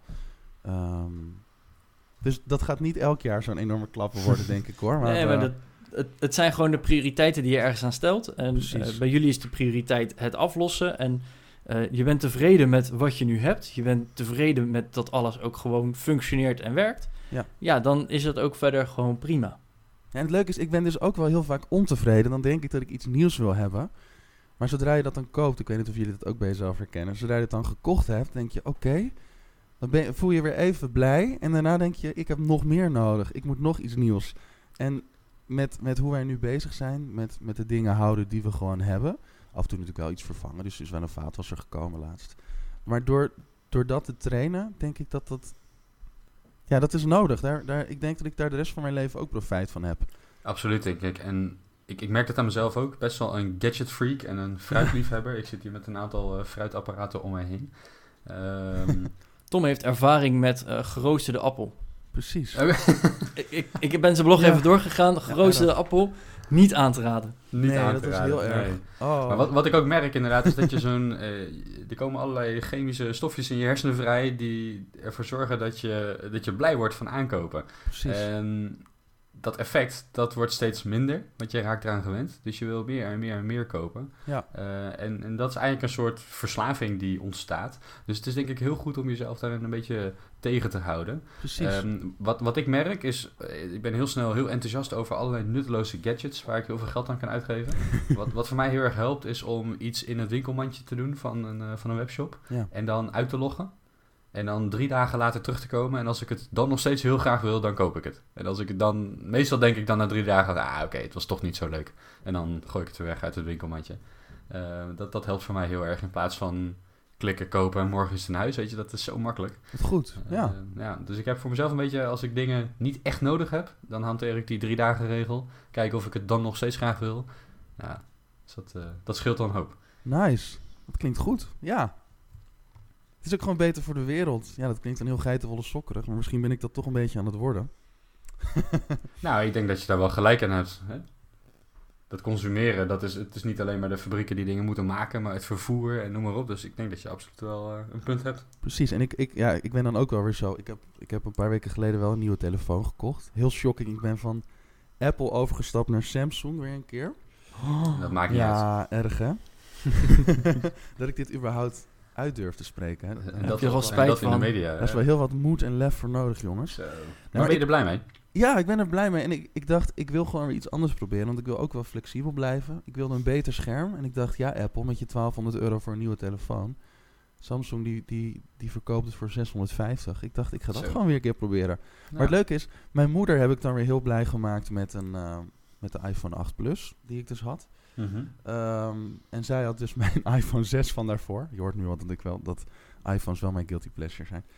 Dus dat gaat niet elk jaar zo'n enorme klappen worden, denk ik, hoor. Maar, het zijn gewoon de prioriteiten die je ergens aan stelt. En bij jullie is de prioriteit het aflossen. En je bent tevreden met wat je nu hebt. Je bent tevreden met dat alles ook gewoon functioneert en werkt. Ja, dan is het ook verder gewoon prima. En het leuke is, ik ben dus ook wel heel vaak ontevreden. Dan denk ik dat ik iets nieuws wil hebben. Maar zodra je dat dan koopt, ik weet niet of jullie dat ook bij jezelf herkennen. Zodra je het dan gekocht hebt, denk je, oké, dan voel je weer even blij. En daarna denk je, ik heb nog meer nodig. Ik moet nog iets nieuws. En met hoe wij nu bezig zijn, met de dingen houden die we gewoon hebben. Af en toe natuurlijk wel iets vervangen, dus er is wel een vaatwasser gekomen laatst. Maar door dat te trainen, denk ik dat... Ja, dat is nodig. Ik denk dat ik daar de rest van mijn leven ook profijt van heb. Absoluut, denk ik. En ik merk dat aan mezelf ook. Best wel een gadget freak en een fruitliefhebber. Ik zit hier met een aantal fruitapparaten om mij heen. Tom heeft ervaring met geroosterde appel. Precies. Ik ben zijn blog even doorgegaan. Geroosterde appel, niet aan te raden. Niet aan dat te is raden. heel erg. Nee. Oh. Maar wat ik ook merk inderdaad is dat je er komen allerlei chemische stofjes in je hersenen vrij die ervoor zorgen dat je blij wordt van aankopen. Precies. En dat effect, dat wordt steeds minder, want je raakt eraan gewend. Dus je wil meer en meer en meer kopen. Ja. En dat is eigenlijk een soort verslaving die ontstaat. Dus het is denk ik heel goed om jezelf daarin een beetje tegen te houden. Precies. Wat ik merk is, ik ben heel snel heel enthousiast over allerlei nutteloze gadgets waar ik heel veel geld aan kan uitgeven. Wat voor mij heel erg helpt is om iets in het winkelmandje te doen van een webshop. Ja. En dan uit te loggen. En dan 3 dagen later terug te komen. En als ik het dan nog steeds heel graag wil, dan koop ik het. En als ik het dan... Meestal denk ik dan na 3 dagen... oké, het was toch niet zo leuk. En dan gooi ik het weer weg uit het winkelmandje. Dat helpt voor mij heel erg. In plaats van klikken, kopen en morgen is het in huis. Weet je, dat is zo makkelijk. Goed, ja. Dus ik heb voor mezelf een beetje... Als ik dingen niet echt nodig heb... Dan hanteer ik die 3 dagen regel. Kijken of ik het dan nog steeds graag wil. Ja, dus dat scheelt dan een hoop. Nice. Dat klinkt goed. Ja. Het is ook gewoon beter voor de wereld. Ja, dat klinkt dan heel geitenwolle sokkerig, maar misschien ben ik dat toch een beetje aan het worden. Nou, ik denk dat je daar wel gelijk aan hebt. Hè? dat consumeren, het is niet alleen maar de fabrieken die dingen moeten maken, maar het vervoer en noem maar op. Dus ik denk dat je absoluut wel een punt hebt. Precies, en ik ben dan ook wel weer zo. Ik heb een paar weken geleden wel een nieuwe telefoon gekocht. Heel shocking, ik ben van Apple overgestapt naar Samsung weer een keer. Dat maakt niet uit. Ja, erg hè? Dat ik dit überhaupt uit durf te spreken. Hè? En heb je er al en spijt dat in de van? media. Daar is wel heel wat moed en lef voor nodig, jongens. Zo. maar Maar ben je er blij mee? Ja, ik ben er blij mee. En ik dacht, ik wil gewoon weer iets anders proberen. Want ik wil ook wel flexibel blijven. Ik wilde een beter scherm. En ik dacht, ja, Apple met je €1200 voor een nieuwe telefoon. Samsung die verkoopt het voor 650. Ik dacht, ik ga dat Zo. gewoon weer een keer proberen. Maar het leuke is, mijn moeder heb ik dan weer heel blij gemaakt met de iPhone 8 Plus. Die ik dus had. En zij had dus mijn iPhone 6 van daarvoor. Je hoort nu al dat iPhones wel mijn guilty pleasure zijn.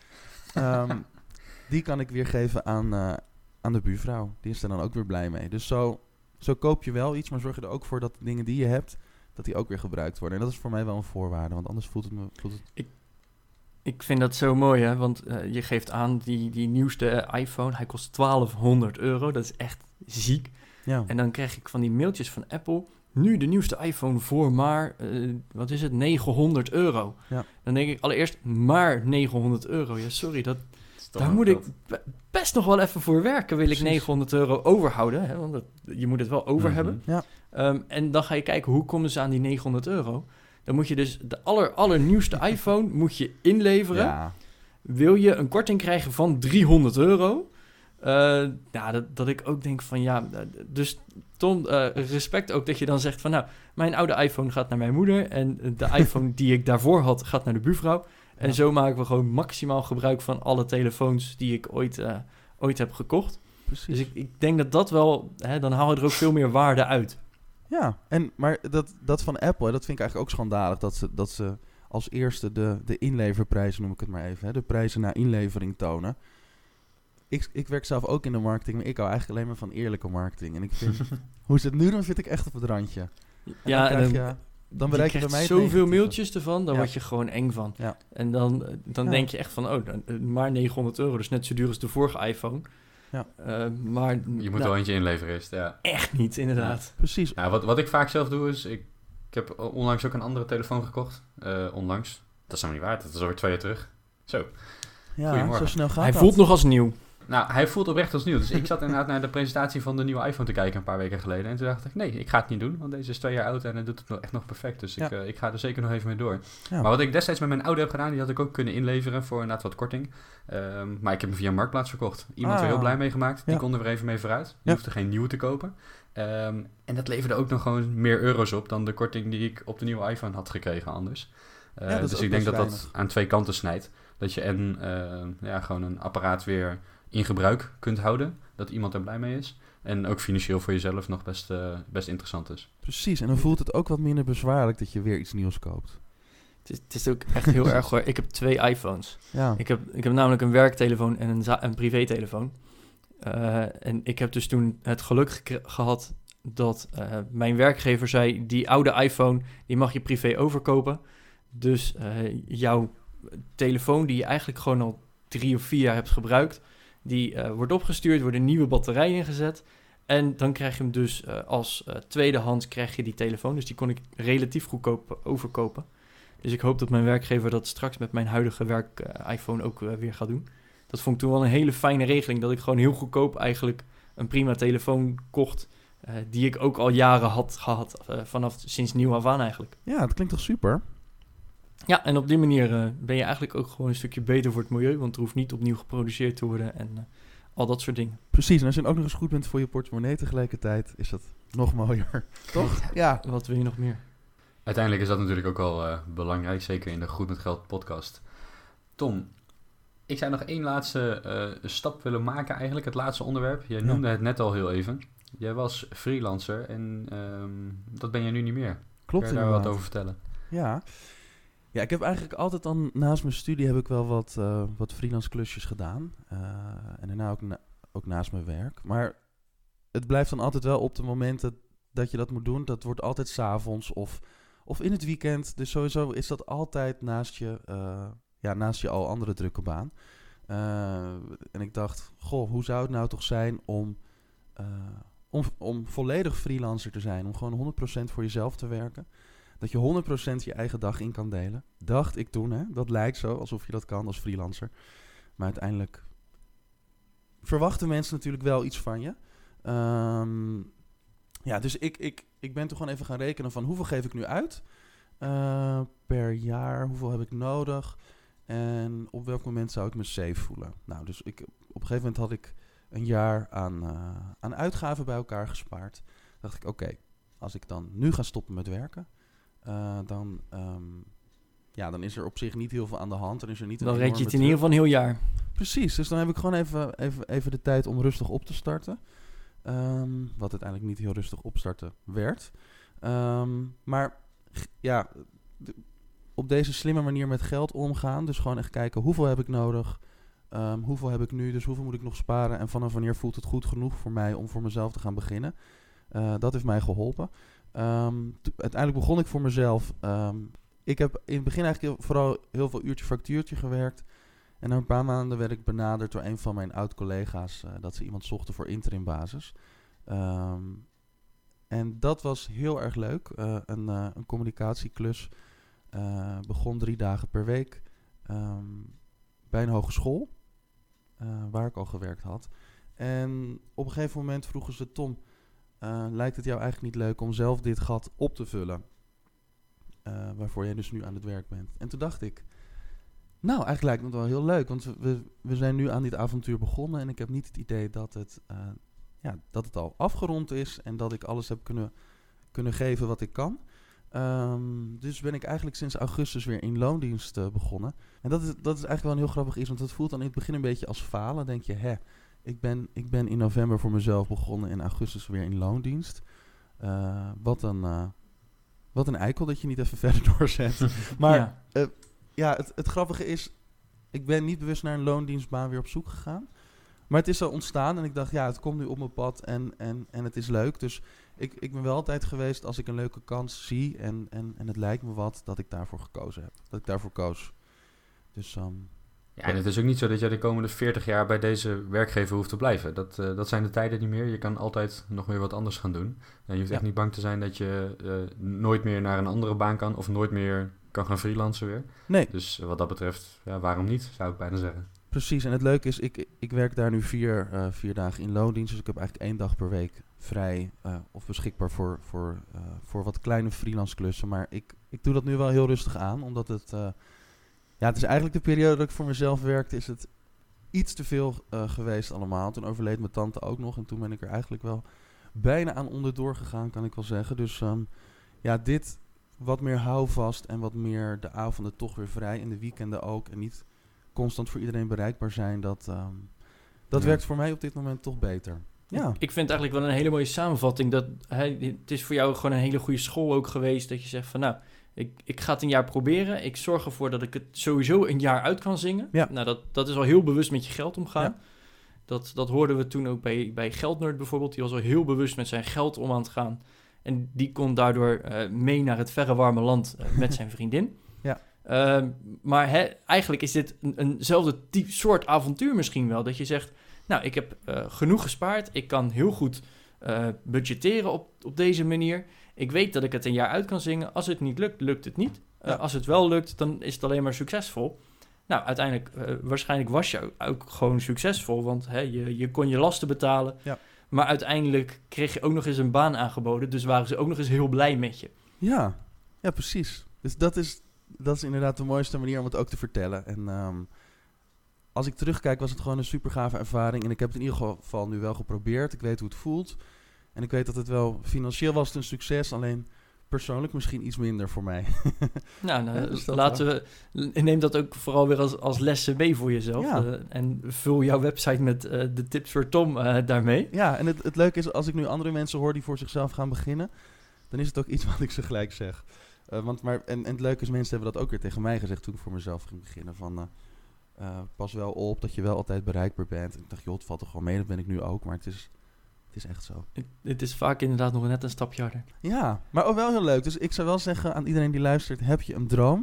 Die kan ik weer geven aan de buurvrouw. Die is er dan ook weer blij mee. Dus zo koop je wel iets, maar zorg je er ook voor dat de dingen die je hebt, dat die ook weer gebruikt worden. En dat is voor mij wel een voorwaarde, want anders voelt het... Ik vind dat zo mooi, hè? Want je geeft aan die nieuwste iPhone, hij kost €1200. Dat is echt ziek. Ja. En dan krijg ik van die mailtjes van Apple, nu de nieuwste iPhone voor maar, wat is het, €900. Ja. Dan denk ik allereerst, maar €900. Ja, sorry, daar wel moet ik veel. best nog wel even voor werken. Wil ik Precies. €900 overhouden, hè? Want je moet het wel over hebben. Ja. En dan ga je kijken, hoe komen ze aan die €900? Dan moet je dus de allernieuwste iPhone moet je inleveren. Ja. Wil je een korting krijgen van €300? Dat ik ook denk van ja, dus Tom, respect ook dat je dan zegt van nou, mijn oude iPhone gaat naar mijn moeder en de iPhone die ik daarvoor had gaat naar de buurvrouw. En Ja. zo maken we gewoon maximaal gebruik van alle telefoons die ik ooit heb gekocht. Precies. Dus ik denk dat wel, dan haal je er ook veel meer waarde uit. Ja, maar dat van Apple, dat vind ik eigenlijk ook schandalig. Dat ze als eerste de inleverprijzen, noem ik het maar even, hè, de prijzen na inlevering tonen. Ik werk zelf ook in de marketing, maar ik hou eigenlijk alleen maar van eerlijke marketing. En ik vind, hoe ze het nu doen, vind ik echt op het randje. Ja, Dan bereik je bij mij het zoveel negatieve. mailtjes ervan, daar Ja. word je gewoon eng van. Ja. En dan Ja. denk je echt van, maar €900, dus net zo duur als de vorige iPhone. Ja. Maar Je moet wel eentje inleveren eerst, ja. echt niet, inderdaad. Precies. Nou, wat ik vaak zelf doe is, ik heb onlangs ook een andere telefoon gekocht. Onlangs. Dat is nou niet waar, dat is alweer 2 jaar terug. Zo. Ja, Goedemorgen. zo snel gaat Hij dat. voelt nog als nieuw. Nou, hij voelt oprecht als nieuw. Dus ik zat inderdaad naar de presentatie van de nieuwe iPhone te kijken een paar weken geleden. En toen dacht ik, nee, ik ga het niet doen. Want deze is 2 jaar oud en het doet het echt nog perfect. Dus Ja. ik ga er zeker nog even mee door. Ja. Maar wat ik destijds met mijn oude heb gedaan, die had ik ook kunnen inleveren voor inderdaad wat korting. Maar ik heb hem via Marktplaats verkocht. Iemand er heel blij mee gemaakt. Die Ja. kon er weer even mee vooruit. Je Ja. hoefde geen nieuwe te kopen. En dat leverde ook nog gewoon meer euro's op dan de korting die ik op de nieuwe iPhone had gekregen anders. dat is Dus ook ik denk best dat weinig. aan 2 kanten snijdt. Dat je gewoon een apparaat weer in gebruik kunt houden. Dat iemand er blij mee is. En ook financieel voor jezelf nog best interessant is. Precies, en dan voelt het ook wat minder bezwaarlijk dat je weer iets nieuws koopt. Het is ook echt heel erg hoor. Ik heb 2 iPhones. Ja, Ik heb namelijk een werktelefoon en een privételefoon. En ik heb dus toen het geluk gehad dat mijn werkgever zei, die oude iPhone, die mag je privé overkopen. Dus jouw telefoon die je eigenlijk gewoon al 3 of 4 jaar hebt gebruikt, die wordt opgestuurd, worden nieuwe batterijen ingezet. En dan krijg je hem dus als tweedehands krijg je die telefoon. Dus die kon ik relatief goedkoop overkopen. Dus ik hoop dat mijn werkgever dat straks met mijn huidige werk-iPhone ook weer gaat doen. Dat vond ik toen wel een hele fijne regeling. Dat ik gewoon heel goedkoop eigenlijk een prima telefoon kocht. Die ik ook al jaren had gehad. Vanaf sinds nieuw af aan eigenlijk. ja, dat klinkt toch super? Ja, en op die manier ben je eigenlijk ook gewoon een stukje beter voor het milieu. Want er hoeft niet opnieuw geproduceerd te worden en al dat soort dingen. Precies, en als je dan ook nog eens goed bent voor je portemonnee tegelijkertijd, is dat nog mooier. Toch? Ja. Wat wil je nog meer? Uiteindelijk is dat natuurlijk ook wel belangrijk. Zeker in de Goed met Geld podcast. Tom, ik zou nog 1 laatste stap willen maken eigenlijk. Het laatste onderwerp. Jij noemde het net al heel even. Jij was freelancer en dat ben je nu niet meer. Klopt Kun je daar wat inderdaad. over vertellen? Ja, ik heb eigenlijk altijd dan naast mijn studie heb ik wel wat freelance klusjes gedaan. En daarna ook naast mijn werk. Maar het blijft dan altijd wel op de momenten dat je dat moet doen. Dat wordt altijd 's avonds of in het weekend. Dus sowieso is dat altijd naast je al andere drukke baan. En ik dacht, goh, hoe zou het nou toch zijn om om volledig freelancer te zijn, om gewoon 100% voor jezelf te werken, dat je 100% je eigen dag in kan delen. Dacht ik toen, hè? Dat lijkt zo alsof je dat kan als freelancer. Maar uiteindelijk verwachten mensen natuurlijk wel iets van je. Dus ik ben toen gewoon even gaan rekenen van hoeveel geef ik nu uit per jaar, hoeveel heb ik nodig en op welk moment zou ik me safe voelen. Nou, dus op een gegeven moment had ik een jaar aan uitgaven bij elkaar gespaard. Dacht ik, oké, als ik dan nu ga stoppen met werken, dan is er op zich niet heel veel aan de hand. Dan red je het in ieder geval een heel jaar. Precies, dus dan heb ik gewoon even de tijd om rustig op te starten. Wat uiteindelijk niet heel rustig opstarten werd. Op deze slimme manier met geld omgaan. Dus gewoon echt kijken, hoeveel heb ik nodig? Hoeveel heb ik nu? Dus hoeveel moet ik nog sparen? En vanaf wanneer voelt het goed genoeg voor mij om voor mezelf te gaan beginnen? Dat heeft mij geholpen. Uiteindelijk begon ik voor mezelf. Ik heb in het begin eigenlijk vooral heel veel uurtje factuurtje gewerkt. En na een paar maanden werd ik benaderd door een van mijn oud-collega's dat ze iemand zochten voor interimbasis. En dat was heel erg leuk. Een communicatieklus. Begon 3 dagen per week bij een hogeschool waar ik al gewerkt had. En op een gegeven moment vroegen ze, Tom, lijkt het jou eigenlijk niet leuk om zelf dit gat op te vullen? Waarvoor jij dus nu aan het werk bent. En toen dacht ik, nou, eigenlijk lijkt me het wel heel leuk. Want we zijn nu aan dit avontuur begonnen. En ik heb niet het idee dat het al afgerond is. En dat ik alles heb kunnen geven wat ik kan. Dus ben ik eigenlijk sinds augustus weer in loondienst begonnen. En dat is eigenlijk wel een heel grappig iets. Want het voelt dan in het begin een beetje als falen. Dan denk je, ik ben in november voor mezelf begonnen. En in augustus weer in loondienst. Wat een eikel dat je niet even verder doorzet. Maar het grappige is, ik ben niet bewust naar een loondienstbaan weer op zoek gegaan. Maar het is zo ontstaan en ik dacht, het komt nu op mijn pad en het is leuk. Dus ik ben wel altijd geweest, als ik een leuke kans zie en het lijkt me wat, dat ik daarvoor gekozen heb. Dat ik daarvoor koos. Dus en het is ook niet zo dat jij de komende 40 jaar bij deze werkgever hoeft te blijven. Dat zijn de tijden niet meer. Je kan altijd nog weer wat anders gaan doen. En je hoeft echt niet bang te zijn dat je nooit meer naar een andere baan kan of nooit meer kan gaan freelancen weer. Nee. Dus wat dat betreft, waarom niet, zou ik bijna zeggen. Precies, en het leuke is, ik werk daar nu 4 dagen in loondienst. Dus ik heb eigenlijk 1 dag per week vrij of beschikbaar voor wat kleine freelance klussen. Maar ik doe dat nu wel heel rustig aan, omdat het is eigenlijk de periode dat ik voor mezelf werkte, is het iets te veel geweest allemaal. Toen overleed mijn tante ook nog en toen ben ik er eigenlijk wel bijna aan onderdoor gegaan, kan ik wel zeggen. Dus dit wat meer houvast en wat meer de avonden toch weer vrij en de weekenden ook. En niet constant voor iedereen bereikbaar zijn, dat werkt voor mij op dit moment toch beter. Ja. Ik vind het eigenlijk wel een hele mooie samenvatting. Dat het is voor jou gewoon een hele goede school ook geweest, dat je zegt van ik ga het een jaar proberen. Ik zorg ervoor dat ik het sowieso een jaar uit kan zingen. Ja. Nou, dat is al heel bewust met je geld omgaan. Ja. Dat hoorden we toen ook bij Geldnerd bijvoorbeeld. Die was al heel bewust met zijn geld om aan het gaan. En die kon daardoor mee naar het verre warme land met zijn vriendin. Ja. Maar eigenlijk is dit eenzelfde soort avontuur misschien wel. Dat je zegt, nou, ik heb genoeg gespaard. Ik kan heel goed budgetteren op deze manier. Ik weet dat ik het een jaar uit kan zingen. Als het niet lukt, lukt het niet. Als het wel lukt, dan is het alleen maar succesvol. Nou, uiteindelijk, waarschijnlijk was je ook gewoon succesvol. Want je kon je lasten betalen. Ja. Maar uiteindelijk kreeg je ook nog eens een baan aangeboden. Dus waren ze ook nog eens heel blij met je. Ja, precies. Dus dat is inderdaad de mooiste manier om het ook te vertellen. En als ik terugkijk, was het gewoon een super gave ervaring. En ik heb het in ieder geval nu wel geprobeerd. Ik weet hoe het voelt. En ik weet dat het wel financieel was een succes. Alleen persoonlijk misschien iets minder voor mij. Dus neem dat ook vooral weer als lessen mee voor jezelf. Ja. En vul jouw website met de tips voor Tom daarmee. Ja, en het leuke is, als ik nu andere mensen hoor die voor zichzelf gaan beginnen, dan is het ook iets wat ik ze gelijk zeg. En het leuke is, mensen hebben dat ook weer tegen mij gezegd toen ik voor mezelf ging beginnen. Van pas wel op dat je wel altijd bereikbaar bent. En ik dacht, joh, het valt er gewoon mee, dat ben ik nu ook. Maar het is echt zo. Het is vaak inderdaad nog net een stapje harder. Ja, maar ook wel heel leuk. Dus ik zou wel zeggen aan iedereen die luistert, heb je een droom?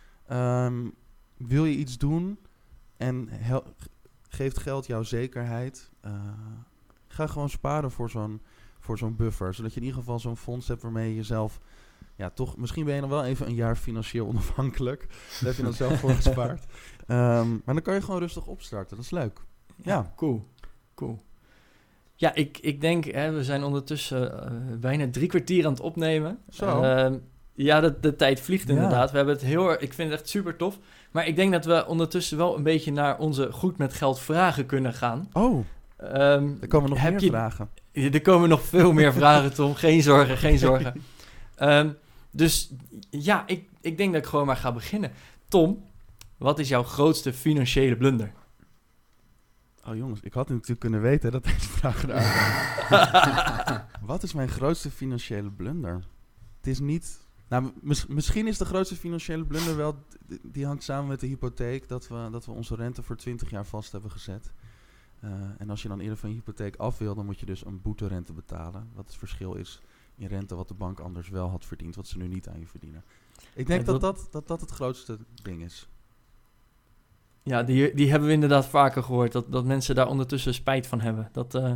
Wil je iets doen? En geeft geld jouw zekerheid? Ga gewoon sparen voor zo'n buffer. Zodat je in ieder geval zo'n fonds hebt waarmee je jezelf... Ja, toch, misschien ben je dan wel even een jaar financieel onafhankelijk. Daar heb je dan zelf voor gespaard. Maar dan kan je gewoon rustig opstarten. Dat is leuk. Ja. Cool. Ja, ik denk, we zijn ondertussen bijna 3 kwartier aan het opnemen. Zo. Ja, de tijd vliegt inderdaad. We hebben het ik vind het echt super tof. Maar ik denk dat we ondertussen wel een beetje naar onze Goed met Geld vragen kunnen gaan. Oh, er komen nog meer vragen. Er komen nog veel meer vragen, Tom. Geen zorgen. Dus ja, ik denk dat ik gewoon maar ga beginnen. Tom, wat is jouw grootste financiële blunder? Oh jongens, ik had natuurlijk kunnen weten dat deze vraag eruit kwam. Wat is mijn grootste financiële blunder? Het is niet... Nou, misschien is de grootste financiële blunder wel... Die hangt samen met de hypotheek... dat we onze rente voor 20 jaar vast hebben gezet. En als je dan eerder van je hypotheek af wil... dan moet je dus een boeterente betalen. Wat het verschil is in rente... wat de bank anders wel had verdiend... wat ze nu niet aan je verdienen. Ik denk dat het grootste ding is. Ja, die hebben we inderdaad vaker gehoord. Dat mensen daar ondertussen spijt van hebben.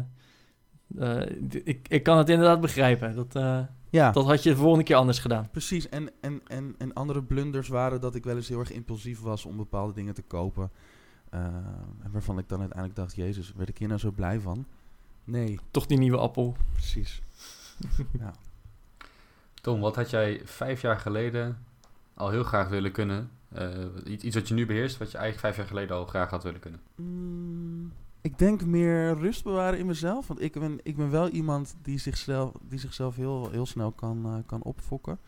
Ik kan het inderdaad begrijpen. Dat had je de volgende keer anders gedaan. Precies. En andere blunders waren dat ik wel eens heel erg impulsief was om bepaalde dingen te kopen. En waarvan ik dan uiteindelijk dacht, Jezus, werd ik hier nou zo blij van? Nee. Toch die nieuwe Appel. Precies. Ja. Tom, wat had jij 5 jaar geleden al heel graag willen kunnen? Iets wat je nu beheerst, wat je eigenlijk 5 jaar geleden al graag had willen kunnen? Ik denk meer rust bewaren in mezelf. Want ik ben wel iemand die zichzelf heel snel kan opfokken.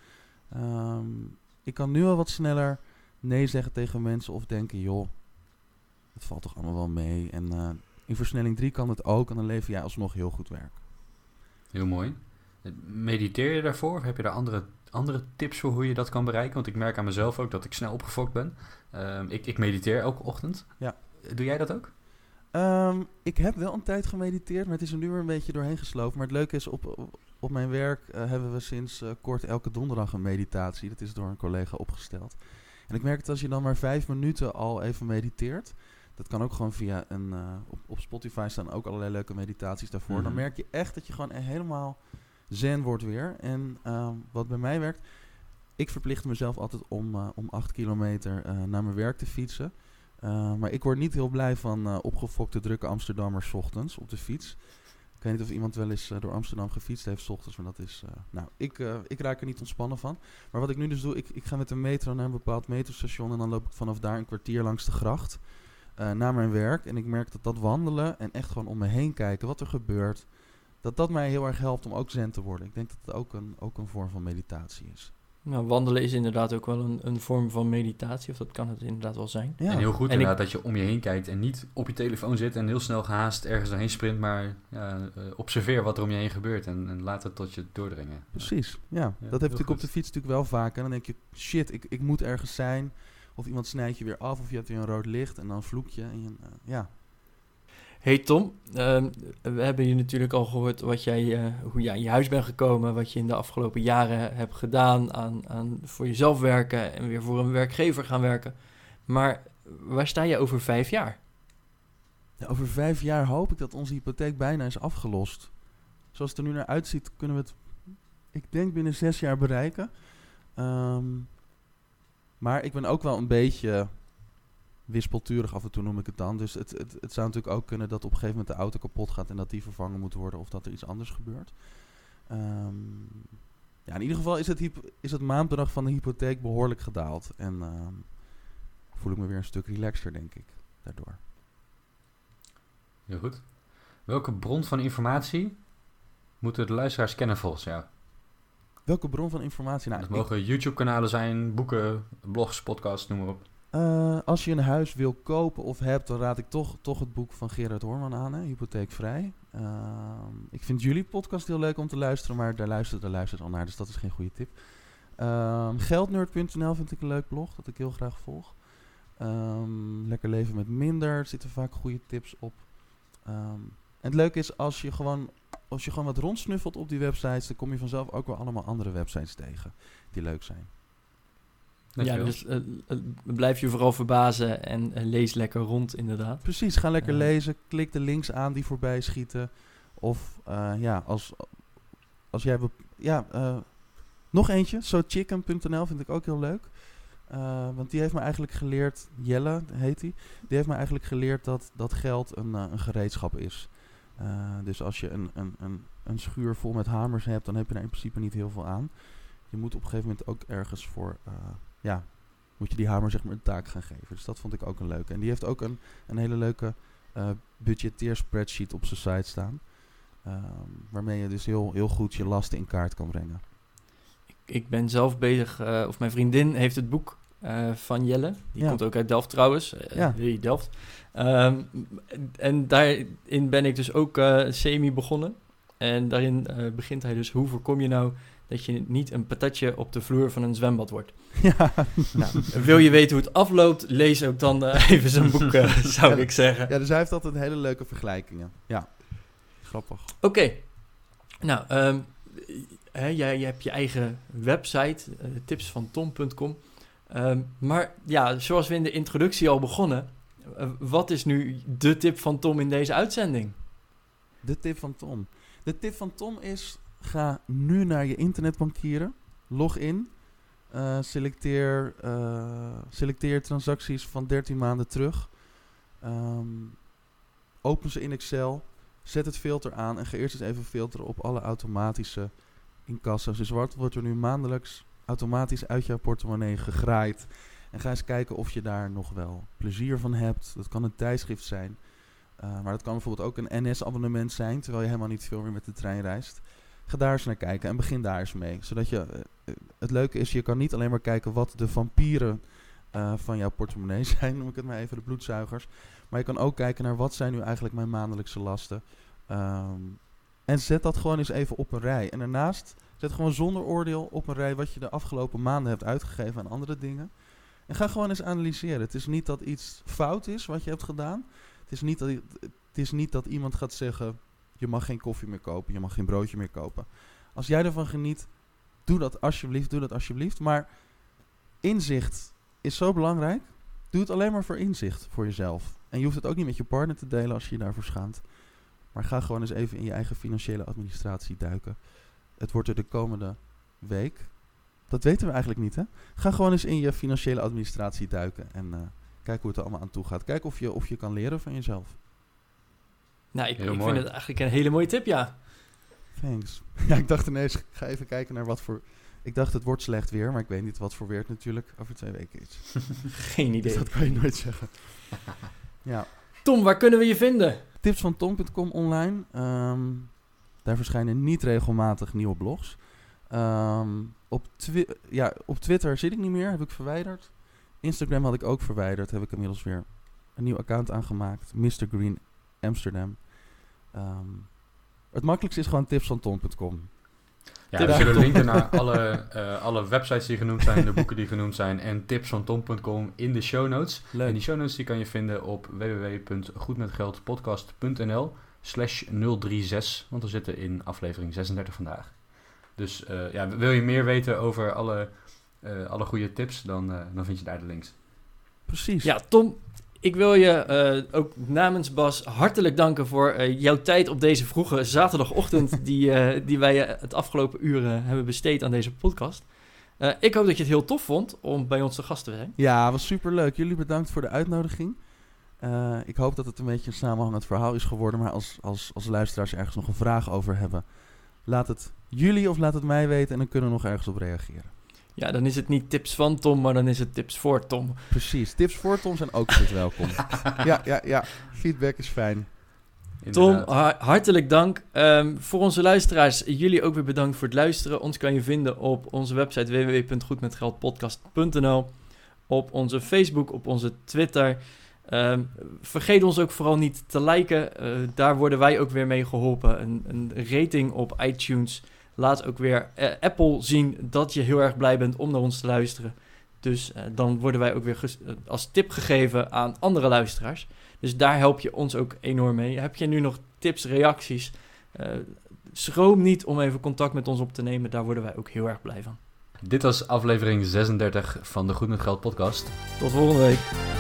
Ik kan nu al wat sneller nee zeggen tegen mensen of denken, joh, het valt toch allemaal wel mee. En in versnelling 3 kan het ook en dan lever jij alsnog heel goed werk. Heel mooi. Mediteer je daarvoor of heb je daar andere tips voor hoe je dat kan bereiken? Want ik merk aan mezelf ook dat ik snel opgefokt ben. Ik mediteer elke ochtend. Ja. Doe jij dat ook? Ik heb wel een tijd gemediteerd, maar het is er nu weer een beetje doorheen geslopen. Maar het leuke is, op mijn werk hebben we sinds kort elke donderdag een meditatie. Dat is door een collega opgesteld. En ik merk dat als je dan maar 5 minuten al even mediteert... Dat kan ook gewoon via op Spotify staan ook allerlei leuke meditaties daarvoor. Mm-hmm. Dan merk je echt dat je gewoon helemaal zen wordt weer. En wat bij mij werkt... Ik verplicht mezelf altijd om 8 kilometer naar mijn werk te fietsen. Maar ik word niet heel blij van opgefokte drukke Amsterdammers 's ochtends op de fiets. Ik weet niet of iemand wel eens door Amsterdam gefietst heeft 's ochtends. Maar dat is... Ik raak er niet ontspannen van. Maar wat ik nu dus doe... Ik ga met de metro naar een bepaald metrostation... en dan loop ik vanaf daar een kwartier langs de gracht... naar mijn werk. En ik merk dat wandelen en echt gewoon om me heen kijken wat er gebeurt... dat mij heel erg helpt om ook zen te worden. Ik denk dat het ook een vorm van meditatie is. Nou, wandelen is inderdaad ook wel een vorm van meditatie. Of dat kan het inderdaad wel zijn. Ja. En heel goed inderdaad dat je om je heen kijkt... en niet op je telefoon zit en heel snel gehaast ergens doorheen sprint... maar observeer wat er om je heen gebeurt en laat het tot je doordringen. Precies, ja. Dat heb je natuurlijk op de fiets natuurlijk wel vaak. En dan denk je, shit, ik moet ergens zijn... Of iemand snijdt je weer af, of je hebt weer een rood licht en dan vloek je. En ja. Hey Tom, we hebben je natuurlijk al gehoord hoe jij in je huis bent gekomen, wat je in de afgelopen jaren hebt gedaan aan voor jezelf werken en weer voor een werkgever gaan werken. Maar waar sta je over 5 jaar? Ja, over 5 jaar hoop ik dat onze hypotheek bijna is afgelost. Zoals het er nu naar uitziet, kunnen we het, ik denk, binnen 6 jaar bereiken. Maar ik ben ook wel een beetje wispelturig af en toe, noem ik het dan. Dus het zou natuurlijk ook kunnen dat op een gegeven moment de auto kapot gaat... en dat die vervangen moet worden of dat er iets anders gebeurt. In ieder geval is het maandbedrag van de hypotheek behoorlijk gedaald. En voel ik me weer een stuk relaxter, denk ik, daardoor. Heel goed. Welke bron van informatie moeten de luisteraars kennen volgens jou? Welke bron van informatie? Dat mogen YouTube-kanalen zijn, boeken, blogs, podcasts, noem maar op. Als je een huis wil kopen of hebt, dan raad ik toch het boek van Gerard Hoorman aan, Hypotheekvrij. Ik vind jullie podcast heel leuk om te luisteren, maar daar luistert al naar, dus dat is geen goede tip. Geldnerd.nl vind ik een leuk blog, dat ik heel graag volg. Lekker leven met minder, er zitten vaak goede tips op. En het leuke is, als je gewoon wat rondsnuffelt op die websites, dan kom je vanzelf ook wel allemaal andere websites tegen die leuk zijn. Dankjewel. Ja, dus blijf je vooral verbazen en lees lekker rond, inderdaad. Precies, ga lekker lezen, klik de links aan die voorbij schieten. Of als jij... nog eentje, sochicken.nl vind ik ook heel leuk. Want die heeft me eigenlijk geleerd, Jelle heet die heeft me eigenlijk geleerd dat geld een gereedschap is. Dus als je een schuur vol met hamers hebt, dan heb je daar in principe niet heel veel aan. Je moet op een gegeven moment ook ergens voor, moet je die hamer zeg maar een taak gaan geven. Dus dat vond ik ook een leuke. En die heeft ook een hele leuke budgetteer spreadsheet op zijn site staan. Waarmee je dus heel goed je lasten in kaart kan brengen. Ik ben zelf bezig, of mijn vriendin heeft het boek van Jelle. Die komt ook uit Delft trouwens. Delft. En daarin ben ik dus ook semi begonnen. En daarin begint hij dus, hoe voorkom je nou dat je niet een patatje op de vloer van een zwembad wordt? Ja. Nou, wil je weten hoe het afloopt, lees ook dan even zijn boek, zou ik zeggen. Ja, dus hij heeft altijd hele leuke vergelijkingen. Ja, grappig. Oké. Nou, jij hebt je eigen website, tipsvantom.com. Maar ja, zoals we in de introductie al begonnen, wat is nu de tip van Tom in deze uitzending? De tip van Tom. De tip van Tom is, ga nu naar je internetbankieren, log in, selecteer transacties van 13 maanden terug, open ze in Excel, zet het filter aan en ga eerst eens even filteren op alle automatische incasso's. Dus wat wordt er nu maandelijks automatisch uit jouw portemonnee gegraaid? En ga eens kijken of je daar nog wel plezier van hebt. Dat kan een tijdschrift zijn. Maar dat kan bijvoorbeeld ook een NS-abonnement zijn, terwijl je helemaal niet veel meer met de trein reist. Ga daar eens naar kijken en begin daar eens mee. Zodat het leuke is, je kan niet alleen maar kijken wat de vampieren van jouw portemonnee zijn, noem ik het maar even, de bloedzuigers. Maar je kan ook kijken naar wat zijn nu eigenlijk mijn maandelijkse lasten. En zet dat gewoon eens even op een rij. En daarnaast, zet gewoon zonder oordeel op een rij wat je de afgelopen maanden hebt uitgegeven aan andere dingen. En ga gewoon eens analyseren. Het is niet dat iets fout is wat je hebt gedaan. Het is niet dat iemand gaat zeggen, je mag geen koffie meer kopen, je mag geen broodje meer kopen. Als jij ervan geniet, doe dat alsjeblieft. Maar inzicht is zo belangrijk. Doe het alleen maar voor inzicht, voor jezelf. En je hoeft het ook niet met je partner te delen als je je daarvoor schaamt. Maar ga gewoon eens even in je eigen financiële administratie duiken. Het wordt er de komende week. Dat weten we eigenlijk niet, hè? Ga gewoon eens in je financiële administratie duiken en kijk hoe het er allemaal aan toe gaat. Kijk of je kan leren van jezelf. Nou, ik vind het eigenlijk een hele mooie tip, ja. Thanks. Ja, ik dacht ineens, ik ga even kijken naar wat voor... Ik dacht het wordt slecht weer, maar ik weet niet wat voor weer het natuurlijk over 2 weken is. Geen idee. Dus dat kan je nooit zeggen. Ja. Tom, waar kunnen we je vinden? Tipsvantom.com online. Daar verschijnen niet regelmatig nieuwe blogs. Op Twitter zit ik niet meer, heb ik verwijderd. Instagram had ik ook verwijderd, heb ik inmiddels weer een nieuw account aangemaakt. Mr. Green Amsterdam. Het makkelijkste is gewoon tipsvantom.com. Ja, we zullen linken naar alle websites die genoemd zijn, de boeken die genoemd zijn en tipsvantom.com in de show notes. Leuk. En die show notes die kan je vinden op www.goedmetgeldpodcast.nl/036, want we zitten in aflevering 36 vandaag. Dus wil je meer weten over alle goede tips, dan vind je daar de links. Precies. Ja, Tom, ik wil je ook namens Bas hartelijk danken voor jouw tijd op deze vroege zaterdagochtend die wij het afgelopen uren hebben besteed aan deze podcast. Ik hoop dat je het heel tof vond om bij ons te gast te zijn. Ja, was superleuk. Jullie bedankt voor de uitnodiging. Ik hoop dat het een beetje een samenhangend verhaal is geworden, maar als luisteraars ergens nog een vraag over hebben, laat het jullie of laat het mij weten en dan kunnen we nog ergens op reageren. Ja, dan is het niet tips van Tom, maar dan is het tips voor Tom. Precies, tips voor Tom zijn ook altijd welkom. Ja, feedback is fijn. Tom, hartelijk dank. Voor onze luisteraars, jullie ook weer bedankt voor het luisteren. Ons kan je vinden op onze website www.goedmetgeldpodcast.nl, op onze Facebook, op onze Twitter. Vergeet ons ook vooral niet te liken. Daar worden wij ook weer mee geholpen. Een rating op iTunes laat ook weer Apple zien dat je heel erg blij bent om naar ons te luisteren. Dus dan worden wij ook weer als tip gegeven aan andere luisteraars. Dus daar help je ons ook enorm mee. Heb je nu nog tips, reacties? Schroom niet om even contact met ons op te nemen. Daar worden wij ook heel erg blij van. Dit was aflevering 36 van de Goed met Geld podcast. Tot volgende week.